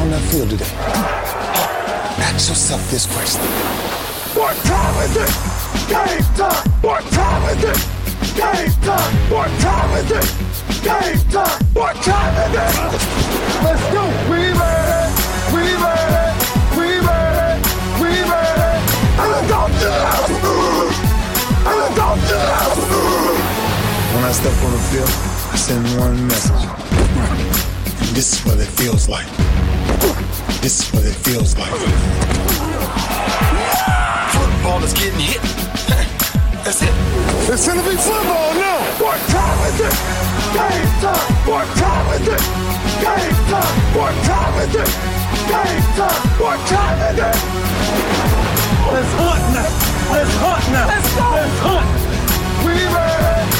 on that field today? Ask yourself this question. What time is it? Game time! What time is it? Game time! What time is it? Game time! What time is it? Let's go! We made it! We made it! We made it! We made it! And it's on to us! And it's on to us! When I step on the field, I send one message. This is what it feels like. This is what it feels like. Football is getting hit. That's it. It's gonna be football now. What time is it? Game time. What time is it? Game time. What time is it? Game time. What time is it? Let's hunt now. Let's hunt now. Let's go. Let's hunt. We made it.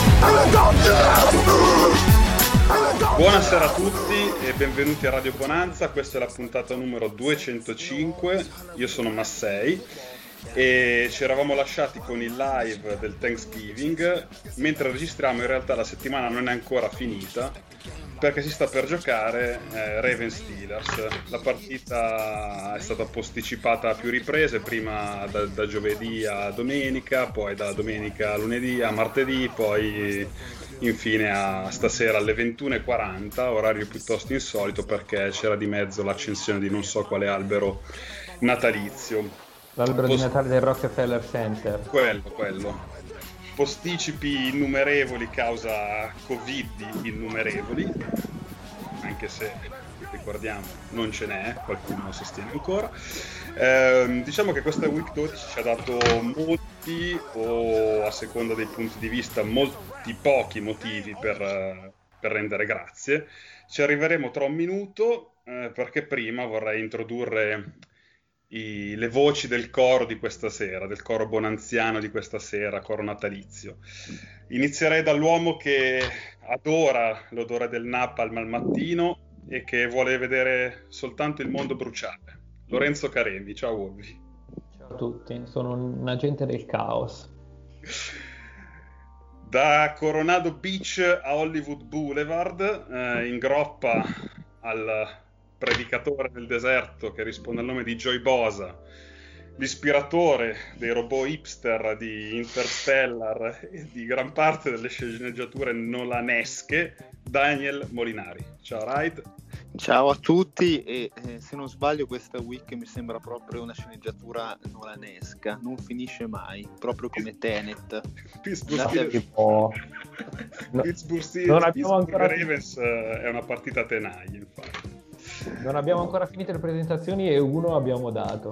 Buonasera a tutti e benvenuti a Radio Bonanza. Questa è la puntata numero 205. Io sono Massei e ci eravamo lasciati con il live del Thanksgiving. Mentre registriamo, in realtà la settimana non è ancora finita perché si sta per giocare Ravens Steelers. La partita è stata posticipata a più riprese, prima da giovedì a domenica, poi da domenica a lunedì a martedì, poi infine a stasera alle 21:40, orario piuttosto insolito perché c'era di mezzo l'accensione di non so quale albero natalizio. L'albero di Natale del Rockefeller Center. Quello. Posticipi innumerevoli causa Covid innumerevoli, anche se ricordiamo non ce n'è, qualcuno sostiene ancora. Diciamo che questa Week 12 ci ha dato molti, o a seconda dei punti di vista pochi motivi per rendere grazie. Ci arriveremo tra un minuto, perché prima vorrei introdurre le voci del coro di questa sera, del coro bonanziano di questa sera, coro natalizio. Inizierei dall'uomo che adora l'odore del napalm al mattino e che vuole vedere soltanto il mondo bruciare. Lorenzo Caremi, ciao Wolvi. Ciao a tutti, sono un agente del caos. Da Coronado Beach a Hollywood Boulevard, in groppa al predicatore del deserto che risponde al nome di Joy Bosa, l'ispiratore dei robot hipster di Interstellar e di gran parte delle sceneggiature nolanesche, Daniel Molinari. Ciao Raid. Ciao a tutti e se non sbaglio questa week mi sembra proprio una sceneggiatura nolanesca, non finisce mai, proprio come Tenet. Pittsburgh Ravens è una partita a tenaglie, infatti. Non abbiamo ancora finito le presentazioni e uno abbiamo dato.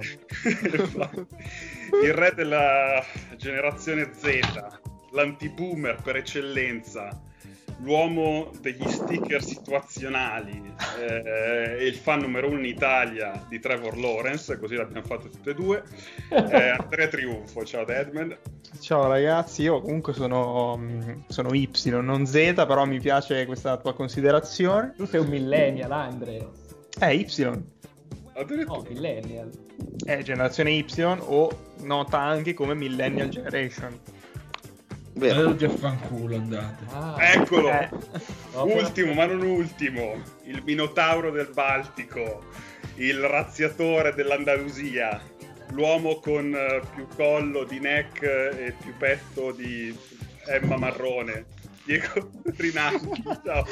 Il re della generazione Z, l'anti-boomer per eccellenza, l'uomo degli sticker situazionali e il fan numero uno in Italia di Trevor Lawrence, così l'abbiamo fatto tutte e due. Andrea Triunfo, ciao Deadman. Ciao ragazzi, io comunque sono Y, non Z, però mi piace questa tua considerazione. Tu sei un millennial, Andrea. Y. No, millennial. Generazione Y o nota anche come Millennial Generation. Vero. Tutti a fanculo andate. Eccolo, ultimo ma non ultimo, il Minotauro del Baltico, il razziatore dell'Andalusia, l'uomo con più collo di neck e più petto di Emma Marrone, Diego Rinaldi. Ciao.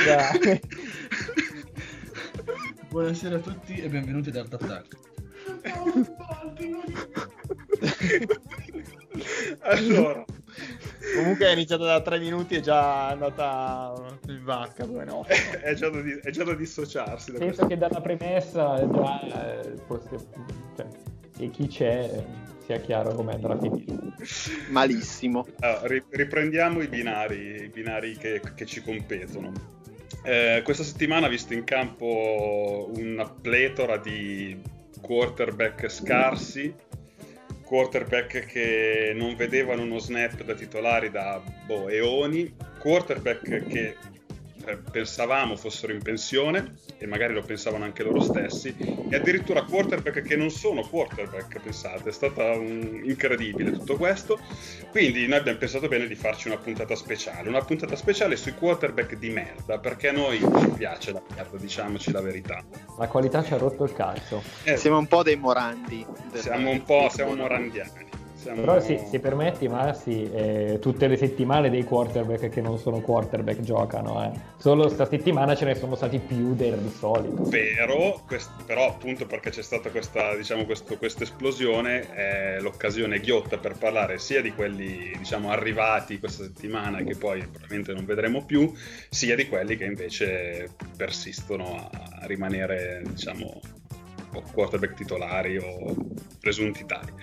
Buonasera a tutti e benvenuti ad Art Attack. Allora, comunque è iniziata da 3 minuti e già è andata in vacca, dove no? È già da dissociarsi da penso che dalla premessa già e chi c'è sia chiaro come andrà a finire. Malissimo. Allora, riprendiamo i binari che ci competono. Questa settimana ha visto in campo una pletora di quarterback scarsi, quarterback che non vedevano uno snap da titolari da eoni, quarterback che pensavamo fossero in pensione, e magari lo pensavano anche loro stessi, e addirittura quarterback che non sono quarterback, pensate, è stata incredibile tutto questo. Quindi noi abbiamo pensato bene di farci una puntata speciale sui quarterback di merda, perché a noi ci piace la merda, diciamoci la verità. La qualità ci ha rotto il cazzo. Siamo un po' dei morandi. Siamo morandiani. Però se permetti, Massi, tutte le settimane dei quarterback che non sono quarterback giocano. Solo sta settimana ce ne sono stati più del solito. Vero, però appunto perché c'è stata questa, diciamo, questa esplosione, è l'occasione ghiotta per parlare sia di quelli, diciamo, arrivati questa settimana che poi probabilmente non vedremo più, sia di quelli che invece persistono a rimanere, diciamo, o quarterback titolari o presunti tali.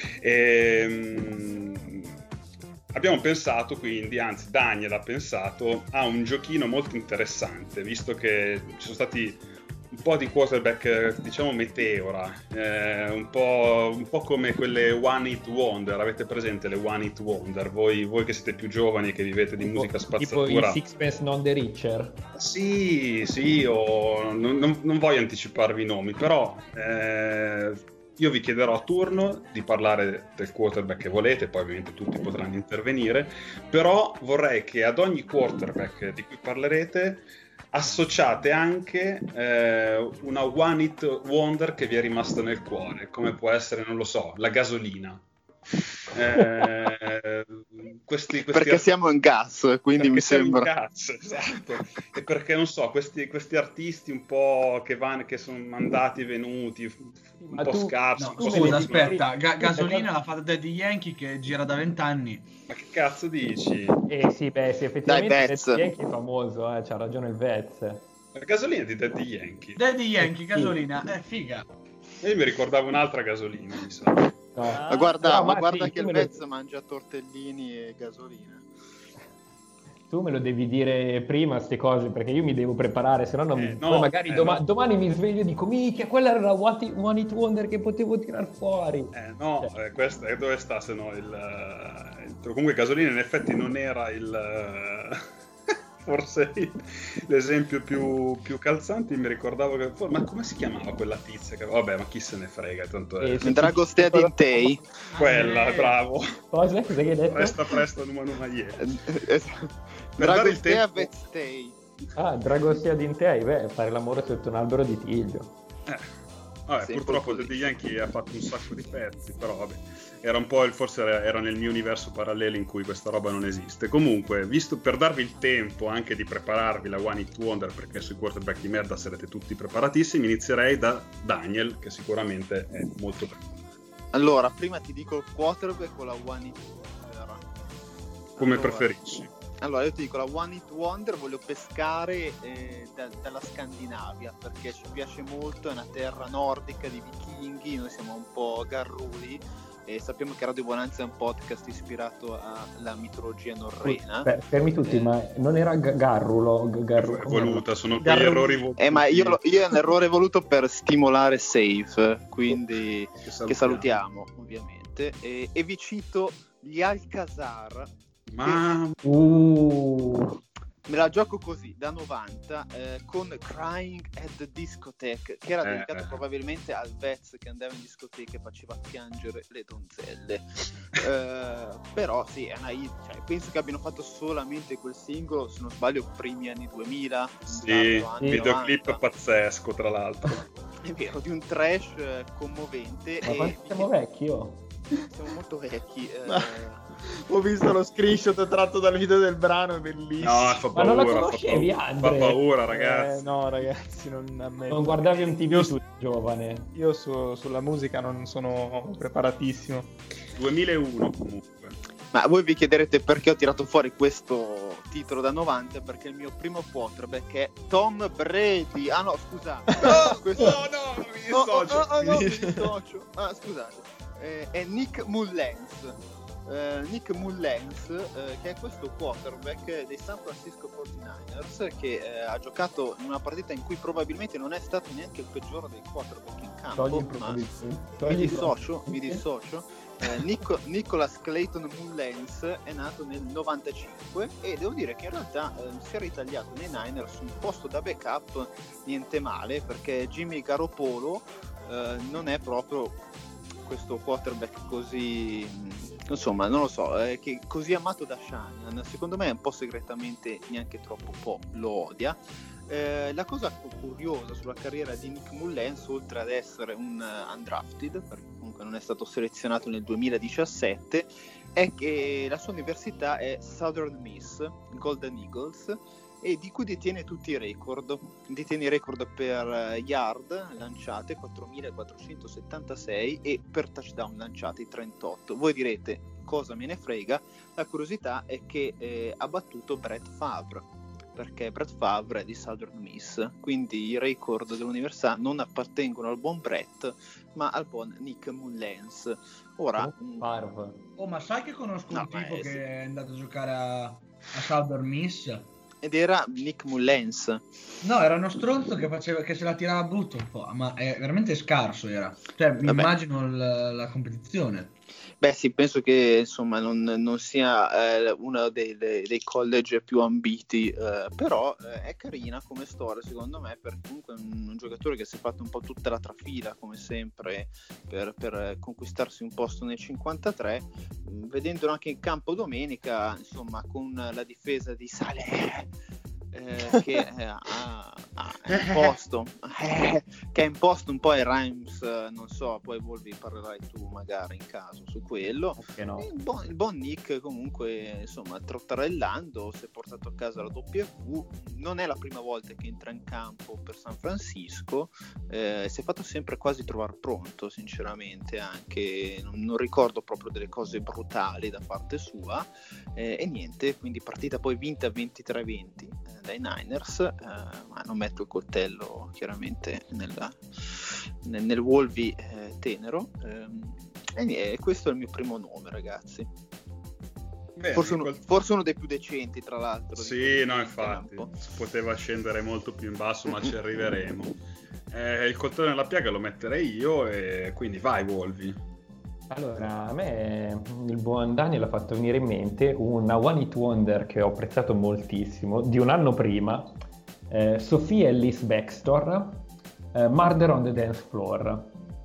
Abbiamo pensato quindi, anzi Daniel ha pensato a un giochino molto interessante, visto che ci sono stati un po' di quarterback, diciamo, meteora, un po' come quelle One Hit Wonder. Avete presente le One Hit Wonder? Voi che siete più giovani e che vivete di musica spazzatura. Tipo i Sixpence Non The Richer? Sì, non voglio anticiparvi i nomi, però io vi chiederò a turno di parlare del quarterback che volete, poi ovviamente tutti potranno intervenire, però vorrei che ad ogni quarterback di cui parlerete associate anche una one hit wonder che vi è rimasta nel cuore, come può essere, non lo so, la gasolina. Perché siamo in gas, quindi mi sembra in gas, esatto. E perché non so, questi artisti un po' che sono andati e venuti, un po' scarsi. No, scusa, aspetta, Gasolina l'ha fatta Daddy Yankee che gira da 20 anni. Ma che cazzo dici? Sì, effettivamente Daddy Yankee è famoso, c'ha ragione il Vez. La gasolina di Daddy Yankee. Daddy Yankee, Gasolina, figa. Io mi ricordavo un'altra gasolina, mi sa. No. Ma guarda sì, che il Vez mangia tortellini e gasolina. Tu me lo devi dire prima queste cose, perché io mi devo preparare, se no non poi magari domani mi sveglio e dico minchia, quella era la One Hit Wonder che potevo tirar fuori. Questa dove sta se no comunque gasolina in effetti non era forse l'esempio più calzante. Mi ricordavo che ma come si chiamava quella tizia vabbè, ma chi se ne frega, tanto è Dragostea Dintei, quella, bravo. Cosa che hai detto? presto Numa ieri. Dragostea Veztei. Dragostea Dintei, fare l'amore sotto un albero di tiglio. Purtroppo Daddy Yankee ha fatto un sacco di pezzi, però vabbè, era un po' forse era nel mio universo parallelo in cui questa roba non esiste. Comunque, visto, per darvi il tempo anche di prepararvi la One Hit Wonder, perché sui quarterback di merda sarete tutti preparatissimi, inizierei da Daniel, che sicuramente è molto bravo. Allora, prima ti dico il quarterback o la One Hit Wonder? Come preferisci. Allora, io ti dico, la One Hit Wonder voglio pescare dalla Scandinavia, perché ci piace molto, è una terra nordica di vichinghi, noi siamo un po' garruli e sappiamo che Radio Bonanza è un podcast ispirato alla mitologia norrena. Fermi tutti, ma non era Garrulo? Voluta, sono quegli errori voluti. Ma io è un errore voluto per stimolare Save, quindi che salutiamo ovviamente, e vi cito gli Alcazar. Ma me la gioco così da 90 con Crying at the Discotheque, che era dedicato probabilmente al Vez che andava in discoteca e faceva piangere le donzelle. Però sì, è una hit, cioè, penso che abbiano fatto solamente quel singolo, se non sbaglio primi anni 2000. Sì, videoclip pazzesco tra l'altro. È vero, di un trash commovente. Ma siamo vecchi, Siamo molto vecchi. Ho visto lo screenshot tratto dal video del brano, è bellissimo. No, fa paura, ma non la conoscevi, Andre? Fa paura, ragazzi. No, ragazzi, non guardavi un TV su giovane. Io sulla musica non sono preparatissimo. 2001 comunque. Ma voi vi chiederete perché ho tirato fuori questo titolo da 90, perché il mio primo quarterback è Tom Brady. Ah no, scusate. Mi dissocio. Scusate. È Nick Mullens. Nick Mullens, che è questo quarterback dei San Francisco 49ers, che ha giocato in una partita in cui probabilmente non è stato neanche il peggiore dei quarterback in campo. Mi dissocio. Nicholas Clayton Mullens è nato nel 95 e devo dire che in realtà si è ritagliato nei Niners un posto da backup niente male, perché Jimmy Garoppolo non è proprio questo quarterback così, insomma, non lo so, che così amato da Shanahan. Secondo me un po' segretamente, neanche troppo po' lo odia. La cosa curiosa sulla carriera di Nick Mullens, oltre ad essere un undrafted, perché comunque non è stato selezionato nel 2017, è che la sua università è Southern Miss Golden Eagles, e di cui detiene tutti i record. Detiene i record per yard lanciate 4.476 e per touchdown lanciati 38. Voi direte cosa me ne frega? La curiosità è che ha battuto Brett Favre, perché Brett Favre è di Southern Miss, quindi i record dell'università non appartengono al buon Brett ma al buon Nick Mullens. Ora ma sai che conosco un tipo che è andato a giocare a Southern Miss? Ed era Nick Mullens. No, era uno stronzo che se la tirava brutto un po', ma è veramente scarso era. Cioè, mi immagino la competizione. Beh sì, penso che insomma non sia uno dei college più ambiti, però è carina come storia secondo me, per comunque un giocatore che si è fatto un po' tutta la trafila come sempre per conquistarsi un posto nei 53, vedendolo anche in campo domenica, insomma, con la difesa di Saleh che è imposto un po' ai Rams, non so, poi Volvi parlerai tu magari in caso su quello. No. Il buon Nick comunque, insomma, trottarellando si è portato a casa la W, non è la prima volta che entra in campo per San Francisco, si è fatto sempre quasi trovare pronto, sinceramente, anche non ricordo proprio delle cose brutali da parte sua, e niente, quindi partita poi vinta 23-20 dai Niners, ma non metto il coltello chiaramente nel Wolvi tenero, e questo è il mio primo nome, ragazzi. Bene, forse uno dei più decenti, tra l'altro. Sì, no, infatti poteva scendere molto più in basso, ma ci arriveremo. Il coltello nella piaga lo metterei io, e quindi vai Wolvi. Allora, a me il buon Daniel ha fatto venire in mente una One Hit Wonder che ho apprezzato moltissimo, di un anno prima, Sophie Ellis Bextor, Murder on the Dance Floor.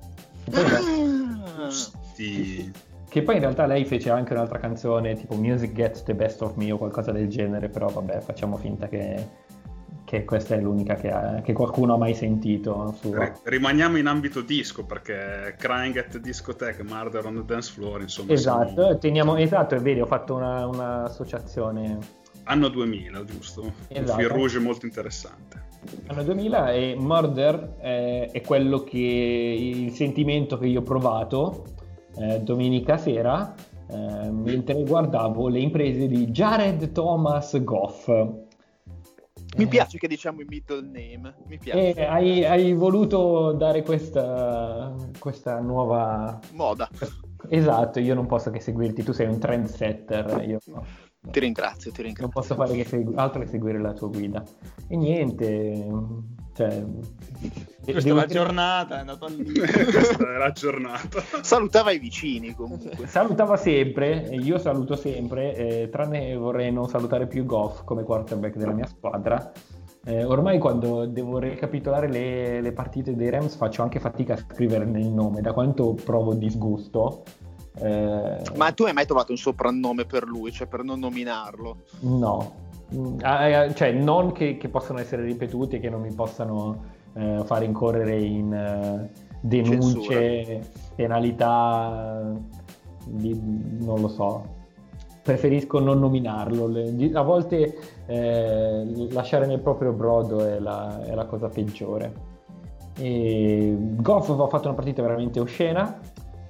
Che poi in realtà lei fece anche un'altra canzone tipo Music Gets the Best of Me o qualcosa del genere, però vabbè, facciamo finta che questa è l'unica che qualcuno ha mai sentito. Rimaniamo in ambito disco, perché Crying at the Discotheque, Murder on the Dance Floor, insomma. Esatto, esatto, e vedi, ho fatto un'associazione. Anno 2000, giusto? Esatto. Un fil rouge molto interessante. Anno 2000, e Murder è quello il sentimento che io ho provato domenica sera mentre guardavo le imprese di Jared Thomas Goff. Mi piace che diciamo il middle name, mi piace. Hai voluto dare questa nuova moda. Esatto, io non posso che seguirti, tu sei un trendsetter, io no. Ti ringrazio. Non posso fare altro che seguire la tua guida. E niente, cioè... Questa è la giornata, è andato lì. Questa è la giornata. Salutava i vicini comunque. Salutava sempre, e io saluto sempre, tranne vorrei non salutare più Goff come quarterback della mia squadra. Ormai quando devo ricapitolare le partite dei Rams faccio anche fatica a scrivere il nome, da quanto provo disgusto. Ma tu hai mai trovato un soprannome per lui, cioè per non nominarlo? No, cioè non che possono essere ripetuti e che non mi possano fare incorrere in denunce, censura, penalità, non lo so. Preferisco non nominarlo. A volte lasciare nel proprio brodo è la cosa peggiore. E Goff ha fatto una partita veramente oscena.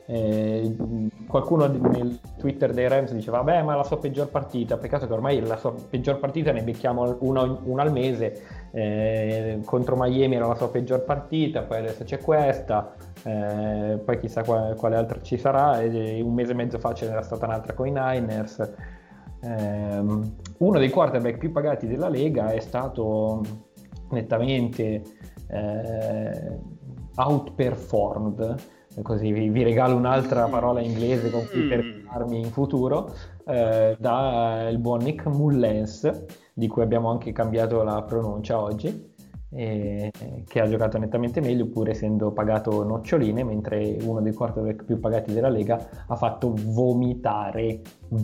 Qualcuno nel Twitter dei Rams diceva vabbè, ma la sua peggior partita, peccato che ormai la sua peggior partita ne becchiamo una al mese, contro Miami era la sua peggior partita, poi adesso c'è questa, poi chissà quale altra ci sarà, e un mese e mezzo fa ce n'era stata un'altra con i Niners. Uno dei quarterback più pagati della Lega è stato nettamente outperformed, così vi regalo un'altra parola inglese con cui terminarmi in futuro, da il buon Nick Mullens, di cui abbiamo anche cambiato la pronuncia oggi, che ha giocato nettamente meglio, pur essendo pagato noccioline, mentre uno dei quarterback più pagati della Lega ha fatto vomitare.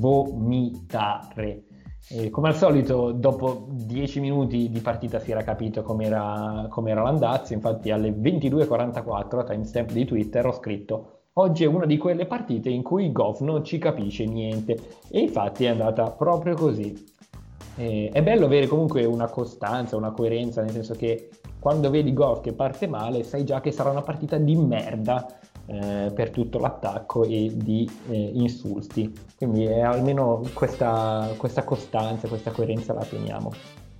E come al solito, dopo 10 minuti di partita si era capito com'era l'andazzo. Infatti alle 22:44, timestamp di Twitter, ho scritto: oggi è una di quelle partite in cui Goff non ci capisce niente, e infatti è andata proprio così. È bello avere comunque una costanza, una coerenza, nel senso che quando vedi Goff che parte male sai già che sarà una partita di merda per tutto l'attacco e di insulti, quindi almeno questa costanza, questa coerenza la teniamo.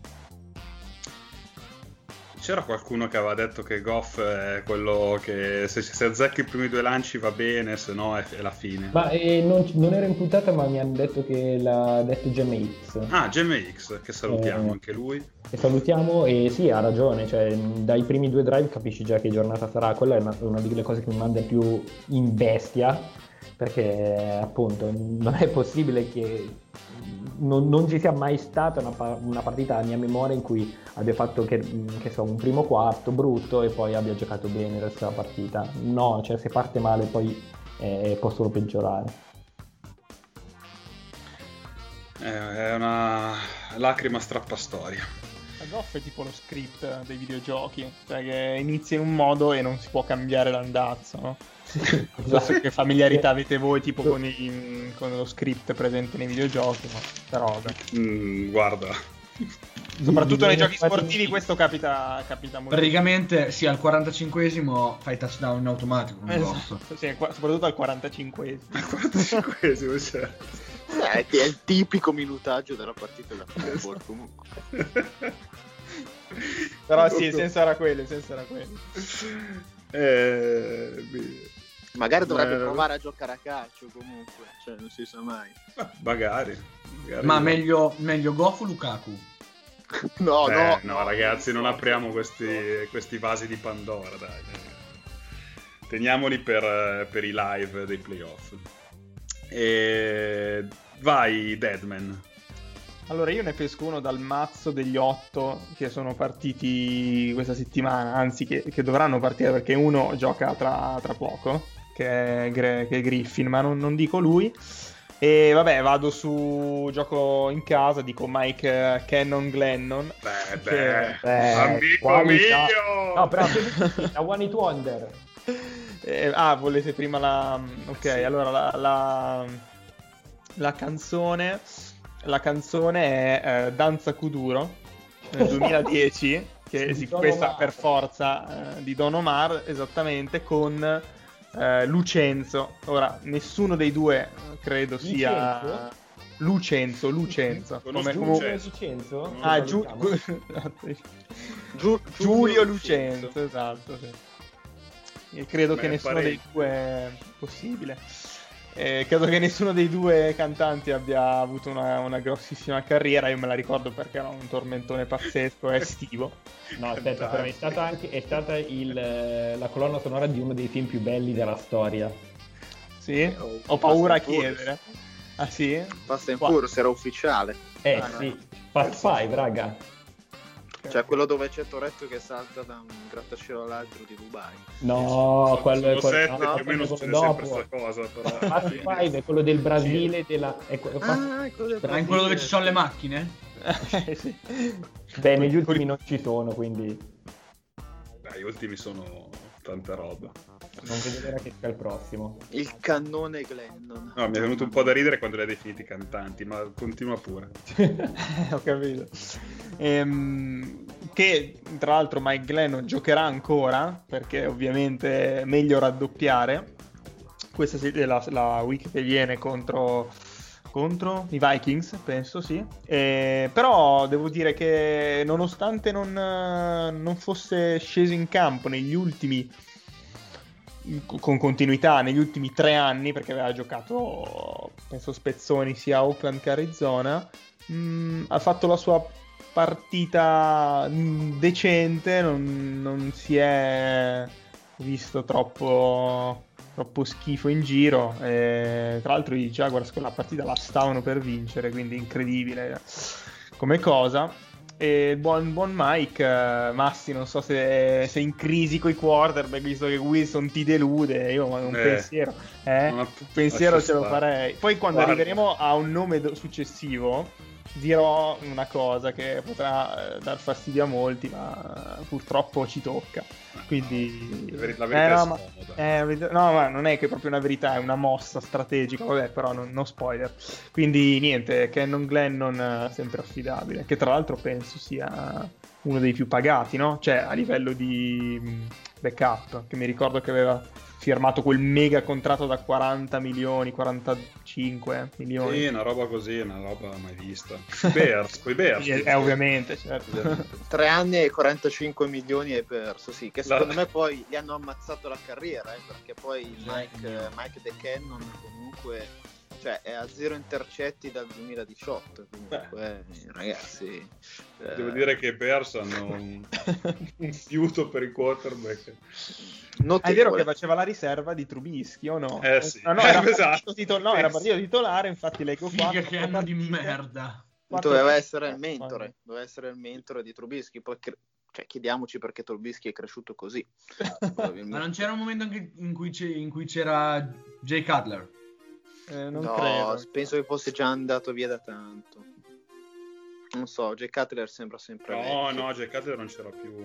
C'era qualcuno che aveva detto che Goff è quello che se azzecca i primi 2 lanci va bene, se no è la fine. Ma non era in puntata, ma mi hanno detto che l'ha detto GMX. Ah, GMX, che salutiamo anche lui. Che salutiamo, e sì, ha ragione, cioè dai primi 2 drive capisci già che giornata sarà. Quella è una delle cose che mi manda più in bestia, perché appunto non è possibile che non ci sia mai stata una partita a mia memoria in cui abbia fatto che so, un primo quarto brutto e poi abbia giocato bene il resto della partita. No, cioè se parte male poi può solo peggiorare. È una lacrima strappastoria. La Goff è tipo lo script dei videogiochi, cioè che inizia in un modo e non si può cambiare l'andazzo, no? Non so che familiarità avete voi tipo con lo script presente nei videogiochi, no? Però vabbè. Guarda, soprattutto nei giochi sportivi questo capita molto. Praticamente sì, al 45esimo fai touchdown in automatico con Goff. Sì, soprattutto al 45esimo. al 45esimo, certo. Che è il tipico minutaggio della partita da football comunque. Però sì, il senso era quello. Magari dovrebbe provare a giocare a calcio comunque, cioè non si sa mai. Magari Ma meglio Goff o Lukaku? No, ragazzi, non apriamo questi vasi di Pandora, dai. Teniamoli per i live dei playoff. E vai, Deadman. Allora io ne pesco uno dal mazzo degli 8 che sono partiti questa settimana, anzi che dovranno partire, perché uno gioca tra poco, che è Griffin, ma non dico lui. E vabbè, vado su gioco in casa, dico Mike Cannon Glennon. Amico mio! No, però la One Hit Wonder. Volete prima la... Ok, sì. Allora la canzone è Danza Kuduro nel 2010, che sì, questa per forza di Don Omar, esattamente, con Lucenzo. Ora nessuno dei due credo sia Lucenzo. Come Lucenzo? Ah, Giulio Lucenzo, esatto, sì. E credo che nessuno dei due è possibile. Credo che nessuno dei due cantanti abbia avuto una grossissima carriera. Io me la ricordo perché era un tormentone pazzesco estivo. No, aspetta, però è stata la colonna sonora di uno dei film più belli della storia. Sì? Ho paura a chiedere. Ah sì? Fast and Furious era ufficiale. Sì, Fast 5, raga. Cioè quello dove c'è Toretto che salta da un grattacielo all'altro di Dubai. No, quello è quello più o meno succede sempre questa cosa, però. Fast 5 è quello del Brasile, è quello dove ci sono le macchine? Sì. Beh, negli ultimi non ci sono, quindi gli ultimi sono tanta roba. Non vedo l'ora che sia il prossimo. Il cannone Glennon. No, mi è venuto un po' da ridere quando li hai definiti cantanti, ma continua pure. Ho capito. Che tra l'altro Mike Glennon giocherà ancora, perché ovviamente è meglio raddoppiare. la week che viene contro i Vikings, penso, sì. Però devo dire che nonostante non fosse sceso in campo negli ultimi, con continuità, negli ultimi 3 anni, perché aveva giocato, penso, spezzoni sia a Oakland che a Arizona, ha fatto la sua partita decente, non si è visto troppo schifo in giro. Tra l'altro i Jaguars quella partita la stavano per vincere, quindi incredibile come cosa. E buon Mike. Massi, non so se sei in crisi coi quarterback, visto che Wilson ti delude. Io un pensiero ce lo farei. Poi quando arriveremo a un nome successivo dirò una cosa che potrà dar fastidio a molti, ma purtroppo ci tocca. Quindi la verità no, ma non è che è proprio una verità, è una mossa strategica, vabbè, però non spoiler. Quindi niente, Cannon Glennon sempre affidabile, che tra l'altro penso sia uno dei più pagati, no? Cioè a livello di backup, che mi ricordo che aveva firmato quel mega contratto da 40 milioni, 45 milioni. Sì, una roba così, una roba mai vista. Coi Bears. Ovviamente, certo. 3 anni e 45 milioni hai perso, sì, che secondo me poi gli hanno ammazzato la carriera, perché poi Mike DeCannon comunque, cioè, è a 0 intercetti dal 2018, comunque, ragazzi. Devo dire che i Bears hanno un fiuto per i quarterback. È vero che faceva la riserva di Trubisky, o no? Sì. Era partito titolare, infatti leggo qua. Figa che anno di merda. Doveva essere il mentore di Trubisky, poi chiediamoci perché Trubisky è cresciuto così. Ma non c'era un momento anche in cui c'era Jay Cutler? Non credo. Penso che fosse già andato via da tanto. Non so, Jay Cutler sembra sempre vecchio. No, Jay Cutler non c'era più.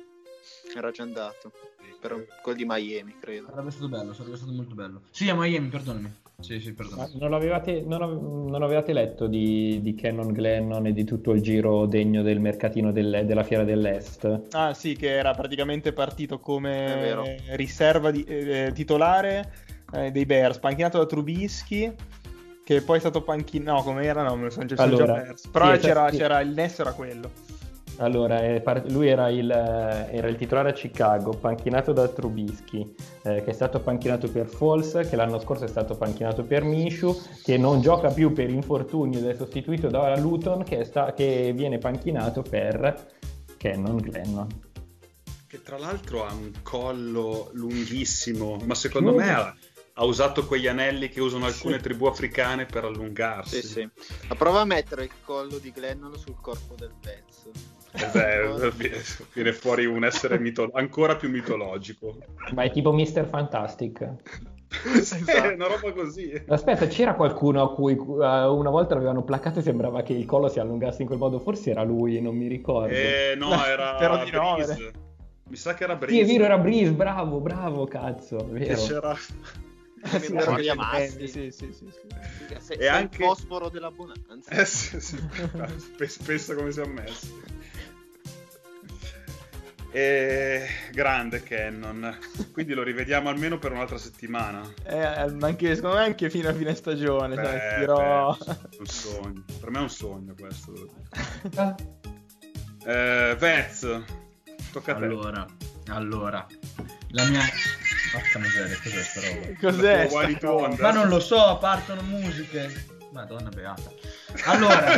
Era già andato. Per quel di Miami, credo. Sarebbe stato molto bello. Sì, a Miami, perdonami. Sì, perdonami. Non avevate letto di Cannon Glennon e di tutto il giro degno del mercatino della Fiera dell'Est? Ah sì, che era praticamente partito come riserva titolare dei Bears, panchinato da Trubisky, che poi è stato panchinato. No, come era? No, me lo sono già perso. Però c'era il nesso, era quello. Allora, lui era il titolare a Chicago, panchinato da Trubisky, che è stato panchinato per Foles, che l'anno scorso è stato panchinato per Minshew, che non gioca più per infortunio ed è sostituito da Luton, che viene panchinato per Cannon Glennon. Che tra l'altro ha un collo lunghissimo, ma secondo me ha usato quegli anelli che usano alcune tribù africane per allungarsi. Sì. Ma prova a mettere il collo di Glennon sul corpo del pezzo. Viene fuori un essere ancora più mitologico. Ma è tipo Mr. Fantastic. È una roba così. Aspetta, c'era qualcuno a cui una volta l'avevano placcato e sembrava che il collo si allungasse in quel modo. Forse era lui, non mi ricordo. No, era però di Breeze. Mi sa che era Breeze. Sì, è vero, era Breeze, bravo, cazzo, è vero. Che c'era... Sì. Sei anche il fosforo della bonanza. Sì. Spesso come si è messo. Grande Cannon, quindi lo rivediamo almeno per un'altra settimana. Secondo me anche fino a fine stagione. Un sogno. Per me è un sogno questo. Vez, tocca a te. Allora, la mia... Porca miseria, cos'è sta roba? Cos'è? Ma non lo so, partono musiche. Madonna beata. Allora,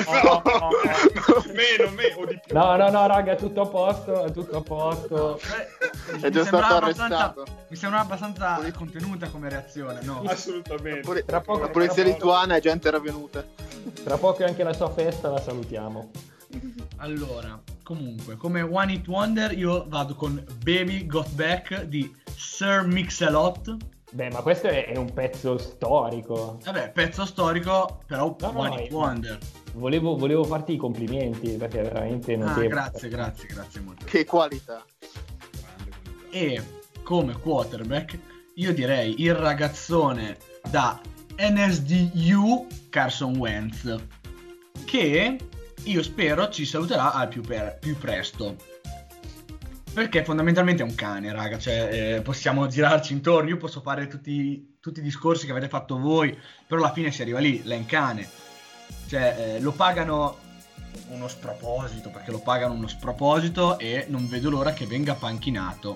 meno o di più. No, raga, tutto a posto. È già stato arrestato. Mi sembra abbastanza contenuta come reazione, no? Assolutamente. La polizia lituana è già intervenuta. Tra poco anche la sua festa, la salutiamo. Allora, comunque, come One Hit Wonder io vado con Baby Got Back di Sir Mix-a-Lot. Beh, ma questo è un pezzo storico. Vabbè, pezzo storico, però One Hit Wonder. Volevo farti i complimenti, perché è veramente notevole. Grazie molto. Che qualità. E come quarterback io direi il ragazzone da NSDU Carson Wentz, che io spero ci saluterà al più presto. Perché fondamentalmente è un cane, raga, cioè possiamo girarci intorno, io posso fare tutti i discorsi che avete fatto voi, però alla fine si arriva lì, lei è un cane. Cioè, lo pagano uno sproposito, perché lo pagano uno sproposito e non vedo l'ora che venga panchinato.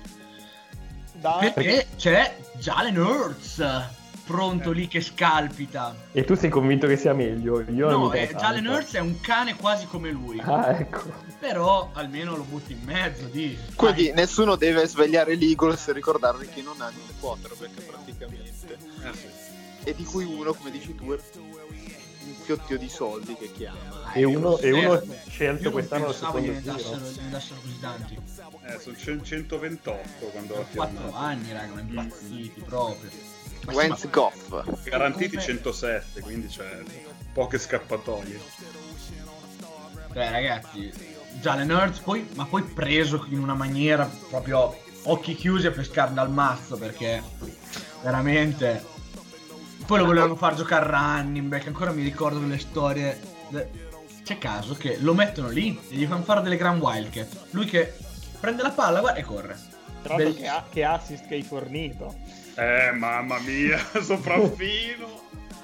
Perché c'è Jalen Hurts pronto lì che scalpita. E tu sei convinto che sia meglio? Io no, Jalen Hurts è un cane quasi come lui. Ah, ecco. Però almeno lo butti in mezzo, quindi nessuno deve svegliare l'Eagles e ricordarvi che non hanno un quarterback praticamente. E di cui uno, come dici tu, è un fiottio di soldi che chiama. E uno scelto quest'anno al secondo giro. Diventassero così tanti. Sono 128 quando 4 anni, raga, ma impazziti proprio. Wentz Goff garantiti 107, quindi c'è poche scappatoie. Ragazzi, Jalen Hurts poi preso in una maniera proprio occhi chiusi a pescare dal mazzo, perché veramente poi lo volevano far giocare running back. Ancora mi ricordo delle storie. C'è caso che lo mettono lì e gli fanno fare delle Grand Wildcat, lui che prende la palla, guarda, e corre. Tra l'altro che assist che hai fornito. Mamma mia, sopraffino.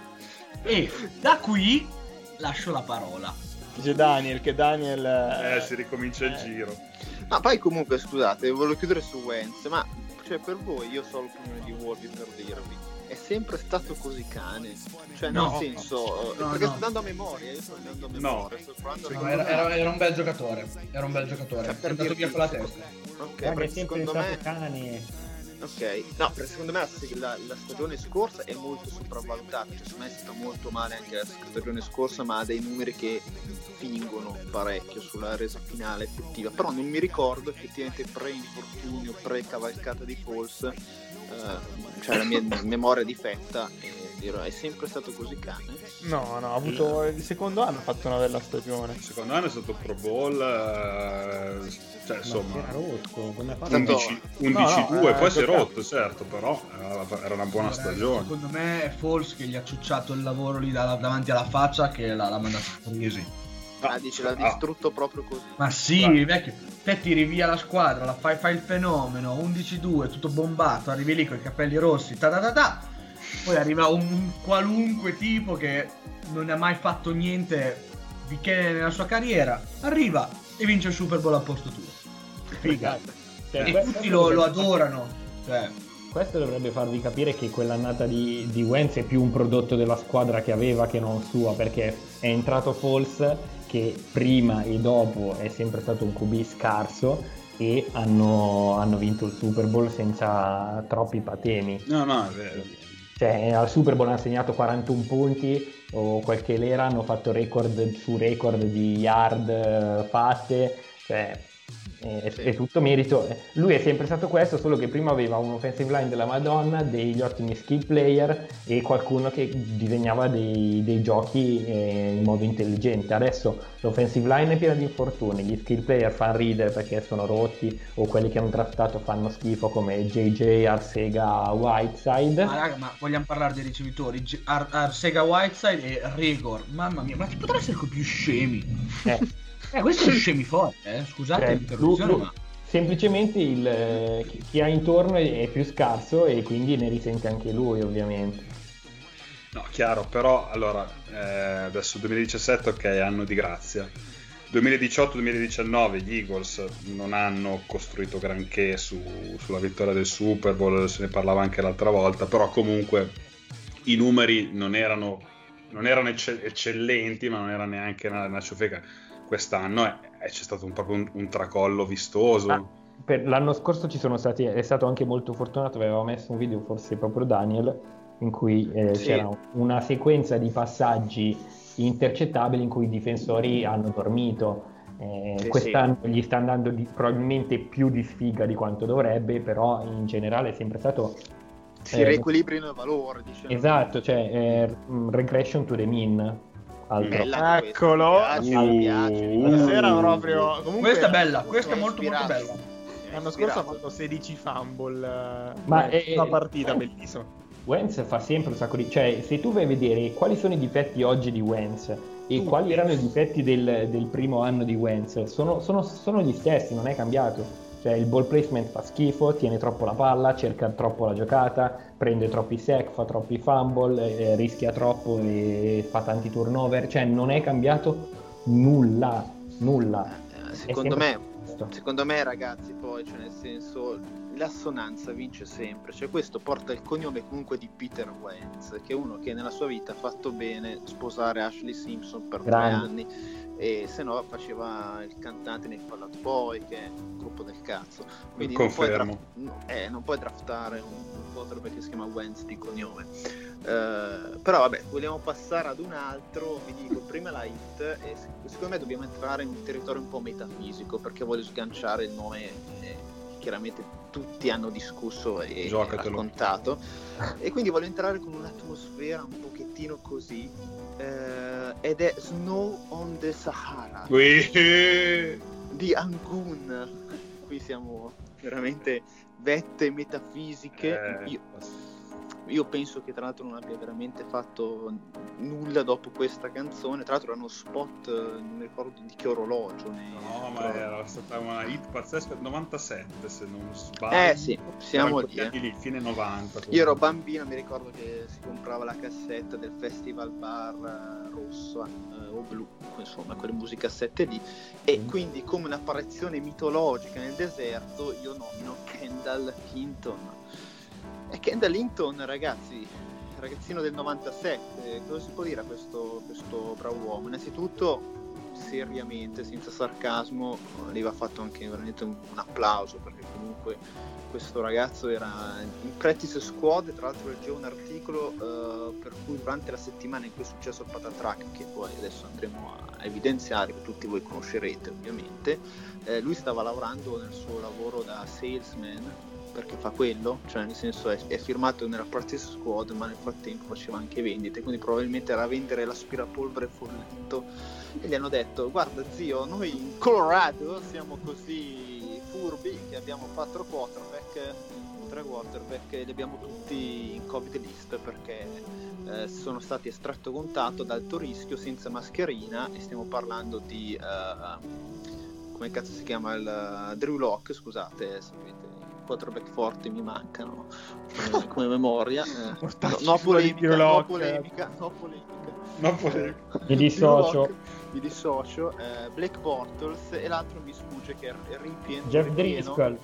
E da qui lascio la parola. Dice Daniel, che Daniel... si ricomincia il giro. Ma poi comunque, scusate, volevo chiudere su Wentz, ma cioè per voi, io so l'opinione di Wolby per dirvi, è sempre stato così cane? Cioè no, nel senso, perché sto andando a memoria, io sto andando a memoria. Era un bel giocatore, è andato via con la testa. Ok, È sempre stato cane. Ok, no, perché secondo me la stagione scorsa è molto sopravvalutata, cioè secondo me è stata molto male anche la stagione scorsa, ma ha dei numeri che fingono parecchio sulla resa finale effettiva, però non mi ricordo effettivamente pre-infortunio, pre-cavalcata di Foles, cioè la mia memoria difetta, è sempre stato così cane? No, ha avuto il secondo anno, ha fatto una bella stagione. Il secondo anno è stato Pro Bowl, cioè insomma era rotto, come ha fatto? 11-2, poi si è rotto, certo, però era una buona stagione. Secondo me è Foles che gli ha ciucciato il lavoro lì davanti alla faccia, che l'ha mandato in crisi. Dice l'ha distrutto proprio così. Ma sì, vecchio, te tiri via la squadra, fai il fenomeno, 11-2, tutto bombato, arrivi lì con i capelli rossi, poi arriva un qualunque tipo che non ha mai fatto niente di che nella sua carriera, arriva e vince il Super Bowl al posto tuo. Figa. E tutti lo adorano. Cioè. Questo dovrebbe farvi capire che quell'annata di Wentz è più un prodotto della squadra che aveva che non sua, perché è entrato Foles, che prima e dopo è sempre stato un QB scarso, e hanno vinto il Super Bowl senza troppi patemi. No, è vero. Cioè, al Super Bowl hanno segnato 41 punti o quel che l'era, hanno fatto record su record di yard fatte, cioè è tutto merito. Lui è sempre stato questo, solo che prima aveva un offensive line della Madonna, degli ottimi skill player e qualcuno che disegnava dei giochi in modo intelligente. Adesso l'offensive line è piena di infortuni, gli skill player fanno ridere perché sono rotti, o quelli che hanno draftato fanno schifo come JJ, Arcega, Whiteside. Ma raga, ma vogliamo parlare dei ricevitori? Arcega, Whiteside e Rigor, mamma mia, ma ci potrà essere più scemi? Questi sono scemi forti, scusate l'interruzione, ma... Semplicemente chi ha intorno è più scarso e quindi ne risente anche lui, ovviamente. No, chiaro, però allora adesso 2017 ok, anno di grazia. 2018-2019 gli Eagles non hanno costruito granché sulla vittoria del Super Bowl, se ne parlava anche l'altra volta, però comunque i numeri non erano eccellenti, ma non era neanche una ciofeca. Quest'anno c'è stato proprio un tracollo vistoso. Per l'anno scorso è stato anche molto fortunato, aveva messo un video, forse proprio Daniel, in cui c'era una sequenza di passaggi intercettabili in cui i difensori hanno dormito. Quest'anno gli sta andando probabilmente più di sfiga di quanto dovrebbe, però in generale è sempre stato... si riequilibrino il valore, diciamo. Esatto, cioè regression to the mean. Eccolo, mi piace. Stasera proprio. Comunque, questa è bella, questa è molto molto bella. L'anno scorso ha fatto 16 fumble, ma una partita bellissima. Wentz fa sempre un sacco di... Cioè, se tu vai a vedere quali sono i difetti oggi di Wentz e quali erano i difetti del primo anno di Wentz, sono gli stessi, non è cambiato. Cioè il ball placement fa schifo, tiene troppo la palla, cerca troppo la giocata, prende troppi sack, fa troppi fumble, rischia troppo e fa tanti turnover. Cioè non è cambiato nulla. Secondo me ragazzi, poi cioè nel senso l'assonanza vince sempre, cioè questo porta il cognome comunque di Peter Wentz, che è uno che nella sua vita ha fatto bene sposare Ashley Simpson per 3 anni, e se no faceva il cantante nei Fall Out Boy, che è un gruppo del cazzo, quindi non puoi draftare un quarterback che si chiama Wentz di cognome. Però vabbè, vogliamo passare ad un altro. Vi dico prima la hit, e secondo me dobbiamo entrare in un territorio un po' metafisico, perché voglio sganciare il nome chiaramente tutti hanno discusso e raccontato, e quindi voglio entrare con un'atmosfera un pochettino così, ed è Snow on the Sahara di Angun. Qui siamo veramente vette metafisiche. Io penso che tra l'altro non abbia veramente fatto nulla dopo questa canzone. Tra l'altro era uno spot, non mi ricordo di che orologio. No, ma era stata una hit pazzesca, 97 se non sbaglio. Sì, siamo lì, fine 90. Io ero bambino, mi ricordo che si comprava la cassetta del Festival Bar rosso o blu, insomma quelle musicassette lì, e quindi come un'apparizione mitologica nel deserto io nomino Kendall Hinton. E Kendall Hinton, ragazzi, ragazzino del 97, cosa si può dire a questo bravo uomo? Innanzitutto, seriamente, senza sarcasmo, gli va fatto anche veramente un applauso, perché comunque questo ragazzo era in practice squad, e tra l'altro leggevo un articolo per cui durante la settimana in cui è successo il patatrack, che poi adesso andremo a evidenziare, che tutti voi conoscerete ovviamente, lui stava lavorando nel suo lavoro da salesman, perché fa quello, cioè nel senso è firmato nella practice squad, ma nel frattempo faceva anche vendite, quindi probabilmente era a vendere l'aspirapolvere folletto, e gli hanno detto: guarda zio, noi in Colorado siamo così furbi che abbiamo 4 quarterback, 3 quarterback, e li abbiamo tutti in covid list perché sono stati estratto contatto ad alto rischio, senza mascherina, e stiamo parlando di come cazzo si chiama, il Drew Lock, scusate, sapete, quarterback forti mi mancano come memoria. No polemica. Mi dissocio. Blake Bortles, e l'altro mi sfugge, che è Jeff Driscoll.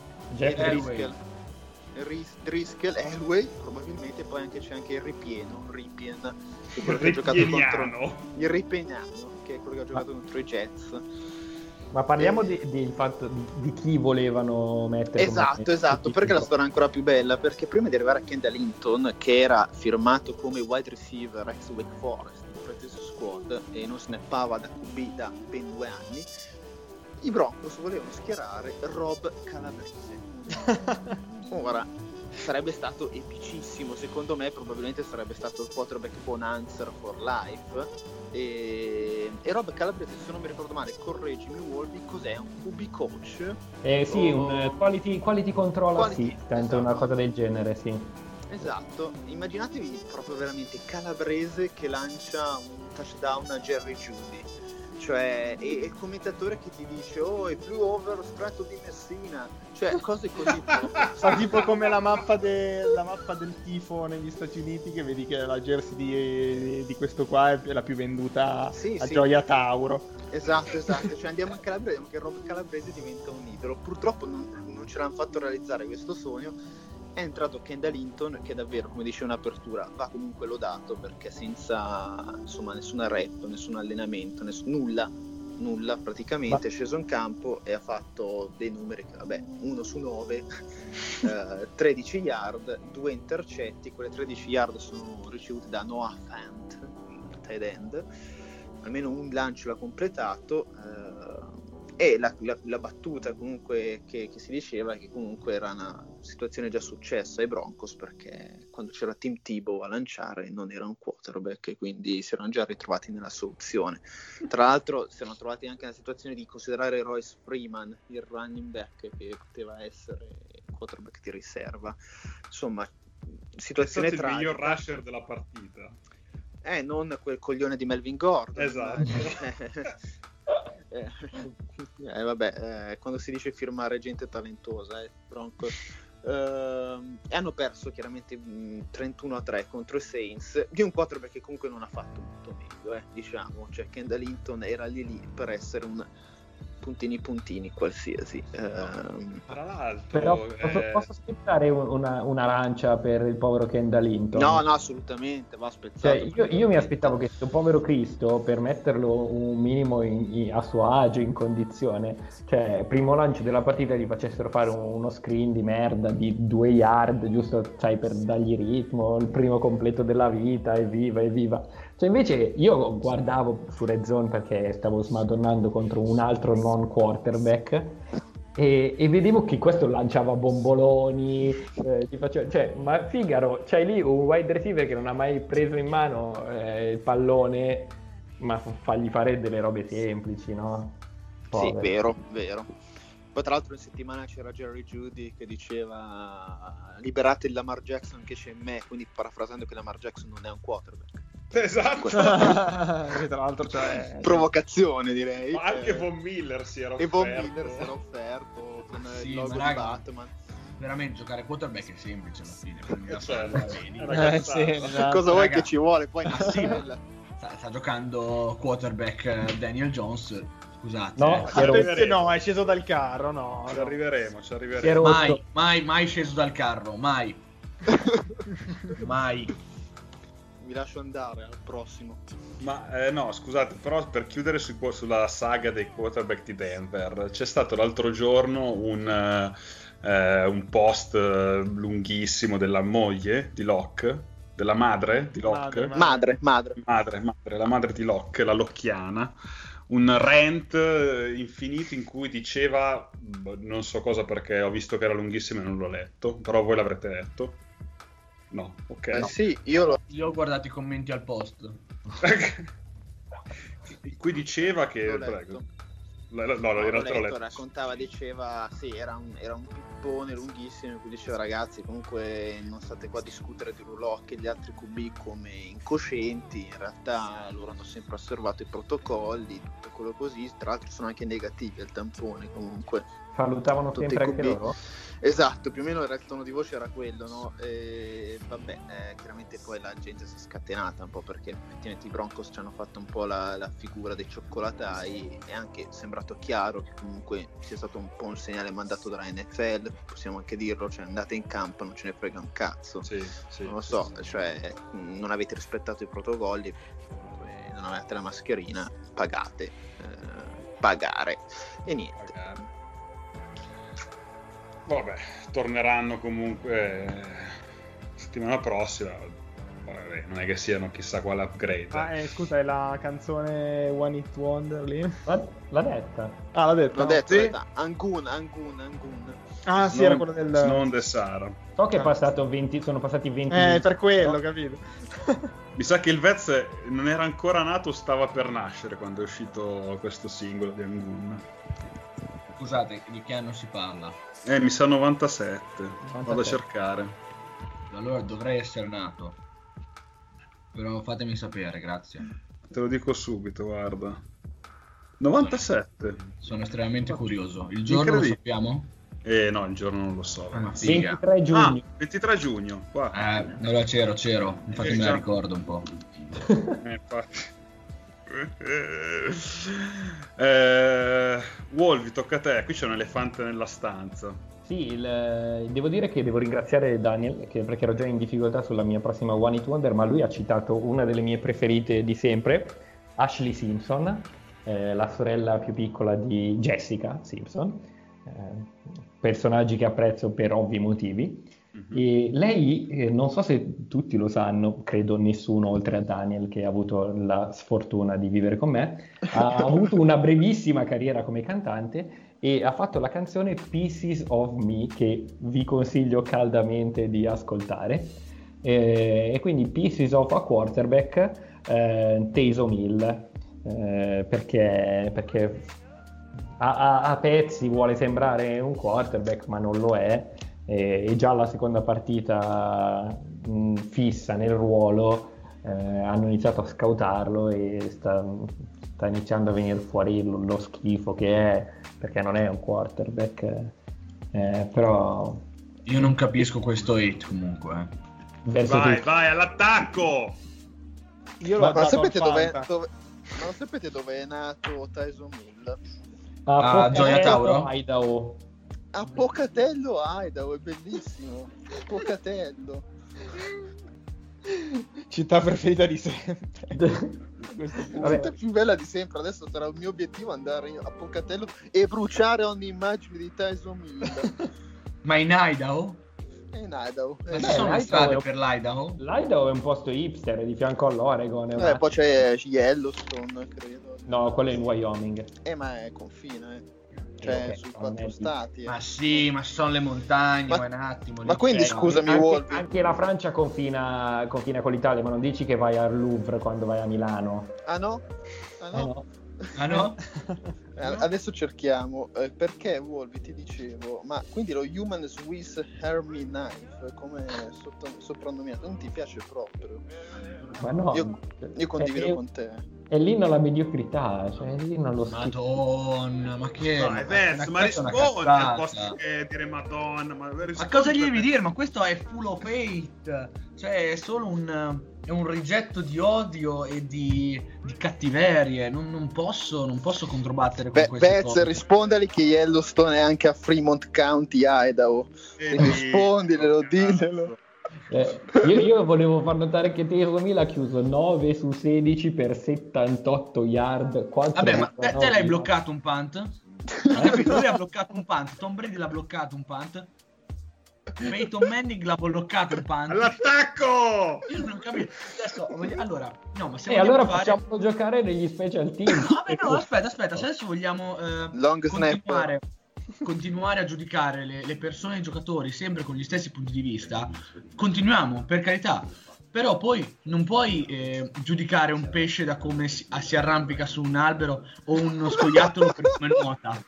Driscoll, Elway probabilmente, poi c'è anche il Ripien, che è quello che ha giocato contro il Ripieniano, che è quello che ha giocato contro i Jets. Ma parliamo del fatto di chi volevano mettere. Esatto, perché la storia è ancora più bella, perché prima di arrivare a Kendall Hinton, che era firmato come wide receiver ex Wake Forest in practice squad e non snappava da QB da ben 2 anni, i Broncos volevano schierare Rob Calabrese. Ora, sarebbe stato epicissimo, secondo me probabilmente sarebbe stato il quarterback bonanza for life, e Rob Calabrese, se non mi ricordo male, correggimi Wolby, cos'è, un QB coach? Sì, un quality control assistant, esatto. Una cosa del genere, sì. Esatto, immaginatevi proprio veramente Calabrese che lancia un touchdown a Jerry Jeudy, cioè, e il commentatore che ti dice: oh, è più over lo stretto di Messina, cioè cose così. Fa tipo come la mappa del tifo negli Stati Uniti, che vedi che la jersey di questo qua è la più venduta a Gioia Tauro. Esatto, cioè andiamo a Calabria, vediamo che Rob Calabrese diventa un idolo. Purtroppo non ce l'hanno fatto realizzare questo sogno. È entrato Kendall Hinton, che davvero, come dice un'apertura, va comunque lodato, perché senza insomma nessuna rep, nessun allenamento, nulla praticamente, è sceso in campo e ha fatto dei numeri che, vabbè, 1 su 9, 13 yard, 2 intercetti. Quelle 13 yard sono ricevute da Noah Fant, tight end, almeno un lancio l'ha completato, e la battuta comunque che si diceva è che comunque era una situazione già successa ai Broncos, perché quando c'era Tim Tebow a lanciare non era un quarterback, e quindi si erano già ritrovati nella soluzione. Tra l'altro si erano trovati anche nella situazione di considerare Royce Freeman il running back, che poteva essere quarterback di riserva. Insomma, situazione tragica. Il miglior rusher della partita. Non quel coglione di Melvin Gordon. Esatto. Quando si dice firmare gente talentosa, Broncos. E hanno perso chiaramente 31-3 contro i Saints di un quarterback che comunque non ha fatto molto meglio, diciamo, cioè Kendall Hinton era lì per essere un puntini qualsiasi. Tra l'altro Però posso aspettare un'arancia per il povero Kendall Hinton? No, assolutamente, va spezzato. Cioè, io mi aspettavo che questo povero Cristo, per metterlo un minimo a suo agio, in condizione, cioè primo lancio della partita gli facessero fare uno screen di merda di 2 yard, giusto, sai, per dargli ritmo, il primo completo della vita, evviva. Cioè invece io guardavo su Red Zone perché stavo smadonnando contro un altro non quarterback e vedevo che questo lanciava bomboloni, cioè, ma Figaro, c'hai lì un wide receiver che non ha mai preso in mano il pallone, ma fagli fare delle robe semplici, no? Povero. Sì, vero. Poi tra l'altro in settimana c'era Jerry Jeudy che diceva liberate il Lamar Jackson che c'è in me, quindi parafrasando che Lamar Jackson non è un quarterback. Esatto. Tra l'altro, cioè, provocazione, direi. Ma anche Von Miller si era offerto. offerto. E Von Miller si era offerto con il logo di Batman. Veramente giocare quarterback è semplice alla fine. Sì, esatto. Cosa vuoi che ci vuole? Poi sta giocando quarterback Daniel Jones. Scusate. No, è sceso dal carro, no. Ci arriveremo. Mai sceso dal carro, mai. Mi lascio andare al prossimo. Ma no, scusate, però per chiudere sulla saga dei quarterback di Denver, c'è stato l'altro giorno un post lunghissimo della moglie di Locke, della madre di Locke. Madre. La madre di Locke, la locchiana. Un rant infinito in cui diceva, non so cosa perché ho visto che era lunghissimo e non l'ho letto, però voi l'avrete letto. No, ok. No. Sì, io ho guardato i commenti al post. In cui diceva che... Prego. Raccontava, diceva, sì, era un pippone lunghissimo in cui diceva ragazzi comunque non state qua a discutere di Locke e gli altri QB come incoscienti, in realtà loro hanno sempre osservato i protocolli, tutto quello così, tra l'altro sono anche negativi al tampone comunque. Salutavano sempre anche loro? Esatto, più o meno il tono di voce era quello, no? Chiaramente poi la gente si è scatenata un po' perché effettivamente i Broncos ci hanno fatto un po' la figura dei cioccolatai e anche è sembrato chiaro che comunque sia stato un po' un segnale mandato dalla NFL, possiamo anche dirlo, cioè andate in campo, non ce ne frega un cazzo. Sì, non lo so, cioè non avete rispettato i protocolli, non avete la mascherina, pagare e niente. Vabbè, torneranno comunque settimana prossima. Vabbè, non è che siano chissà quale upgrade. Scusa, è la canzone One Hit Wonder lì? L'ha detta. L'ha detto. Sì? Angun. Ah sì, era quello del... Non de Sara. So che sono passati 20 minuti. Per quello, capito? Mi sa che il Vez non era ancora nato, stava per nascere quando è uscito questo singolo di Angun. Scusate, di che anno si parla? Mi sa 97. Vado a cercare. Allora dovrei essere nato. Però fatemi sapere, grazie. Te lo dico subito, guarda. 97. Sono estremamente curioso. Il giorno lo sappiamo? No, il giorno non lo so. 23 giugno. 23 giugno, qua. Allora c'ero. Infatti me la ricordo un po'. Infatti. Wolvi, tocca a te. Qui c'è un elefante nella stanza. Sì, devo dire che devo ringraziare Daniel perché ero già in difficoltà sulla mia prossima One Hit Wonder, ma lui ha citato una delle mie preferite di sempre, Ashley Simpson, la sorella più piccola di Jessica Simpson, personaggi che apprezzo per ovvi motivi. E lei, non so se tutti lo sanno, credo nessuno oltre a Daniel che ha avuto la sfortuna di vivere con me, ha avuto una brevissima carriera come cantante e ha fatto la canzone Pieces of Me, che vi consiglio caldamente di ascoltare, e quindi Pieces of a Quarterback, Taysom Hill, perché a pezzi vuole sembrare un quarterback ma non lo è, e già la seconda partita fissa nel ruolo hanno iniziato a scoutarlo e sta iniziando a venire fuori lo schifo che è, perché non è un quarterback, però io non capisco questo hate comunque. Vai all'attacco. Io ma sapete dove è nato Tyson Hill? A Gioia Tauro? Idaho. A Pocatello, Idaho, è bellissimo. Pocatello, città preferita di sempre. la città più bella di sempre. Adesso sarà il mio obiettivo andare a Pocatello e bruciare ogni immagine di Tyson Hill. Ma in Idaho? È in Idaho. Ma ci sono le strade per l'Idaho? L'Idaho è un posto hipster, è di fianco all'Oregon. Poi c'è Yellowstone, credo. No, quello è in Wyoming. Ma è confine, cioè Ok, sui non 4 è- stati. Ma sì, ma ci sono le montagne, Ma- ma un attimo. ma quindi lì c'è- scusami, Wolvi. Anche la Francia confina con l'Italia, ma non dici che vai al Louvre quando vai a Milano. Ah no? No. Ah no? Adesso cerchiamo, perché Wolvi ti dicevo, ma quindi lo Human Swiss Hermie Knife come soprannominato non ti piace proprio? Ma no, Io condivido con te. è lì la mediocrità, cioè lì non lo schifo. Madonna, ma che... Dai, Vez, ma questa è una rispondi al cazzata. posto che dire Madonna. Ma cosa gli devi dire? Ma questo è full of hate. Cioè, è solo è un rigetto di odio e di cattiverie. Non posso controbattere con queste Bez, cose. rispondali che Yellowstone è anche a Fremont County, Idaho. Rispondilelo, diglielo. Io volevo far notare che Tyson Hill ha chiuso 9 su 16 per 78 yard. Vabbè, ma te l'hai bloccato un punt? Capito? Lui ha bloccato un punt. Tom Brady l'ha bloccato un punt. Peyton Manning l'ha bloccato un punt. All'attacco! Io non ho capito. Adesso, allora, no, ma se E vogliamo allora fare... facciamo giocare negli special team. Vabbè, no, aspetta, se adesso vogliamo Long snapper. continuare a giudicare le persone e i giocatori sempre con gli stessi punti di vista, continuiamo, per carità. Però poi non puoi giudicare un pesce da come si arrampica su un albero o uno scoiattolo per come nuota.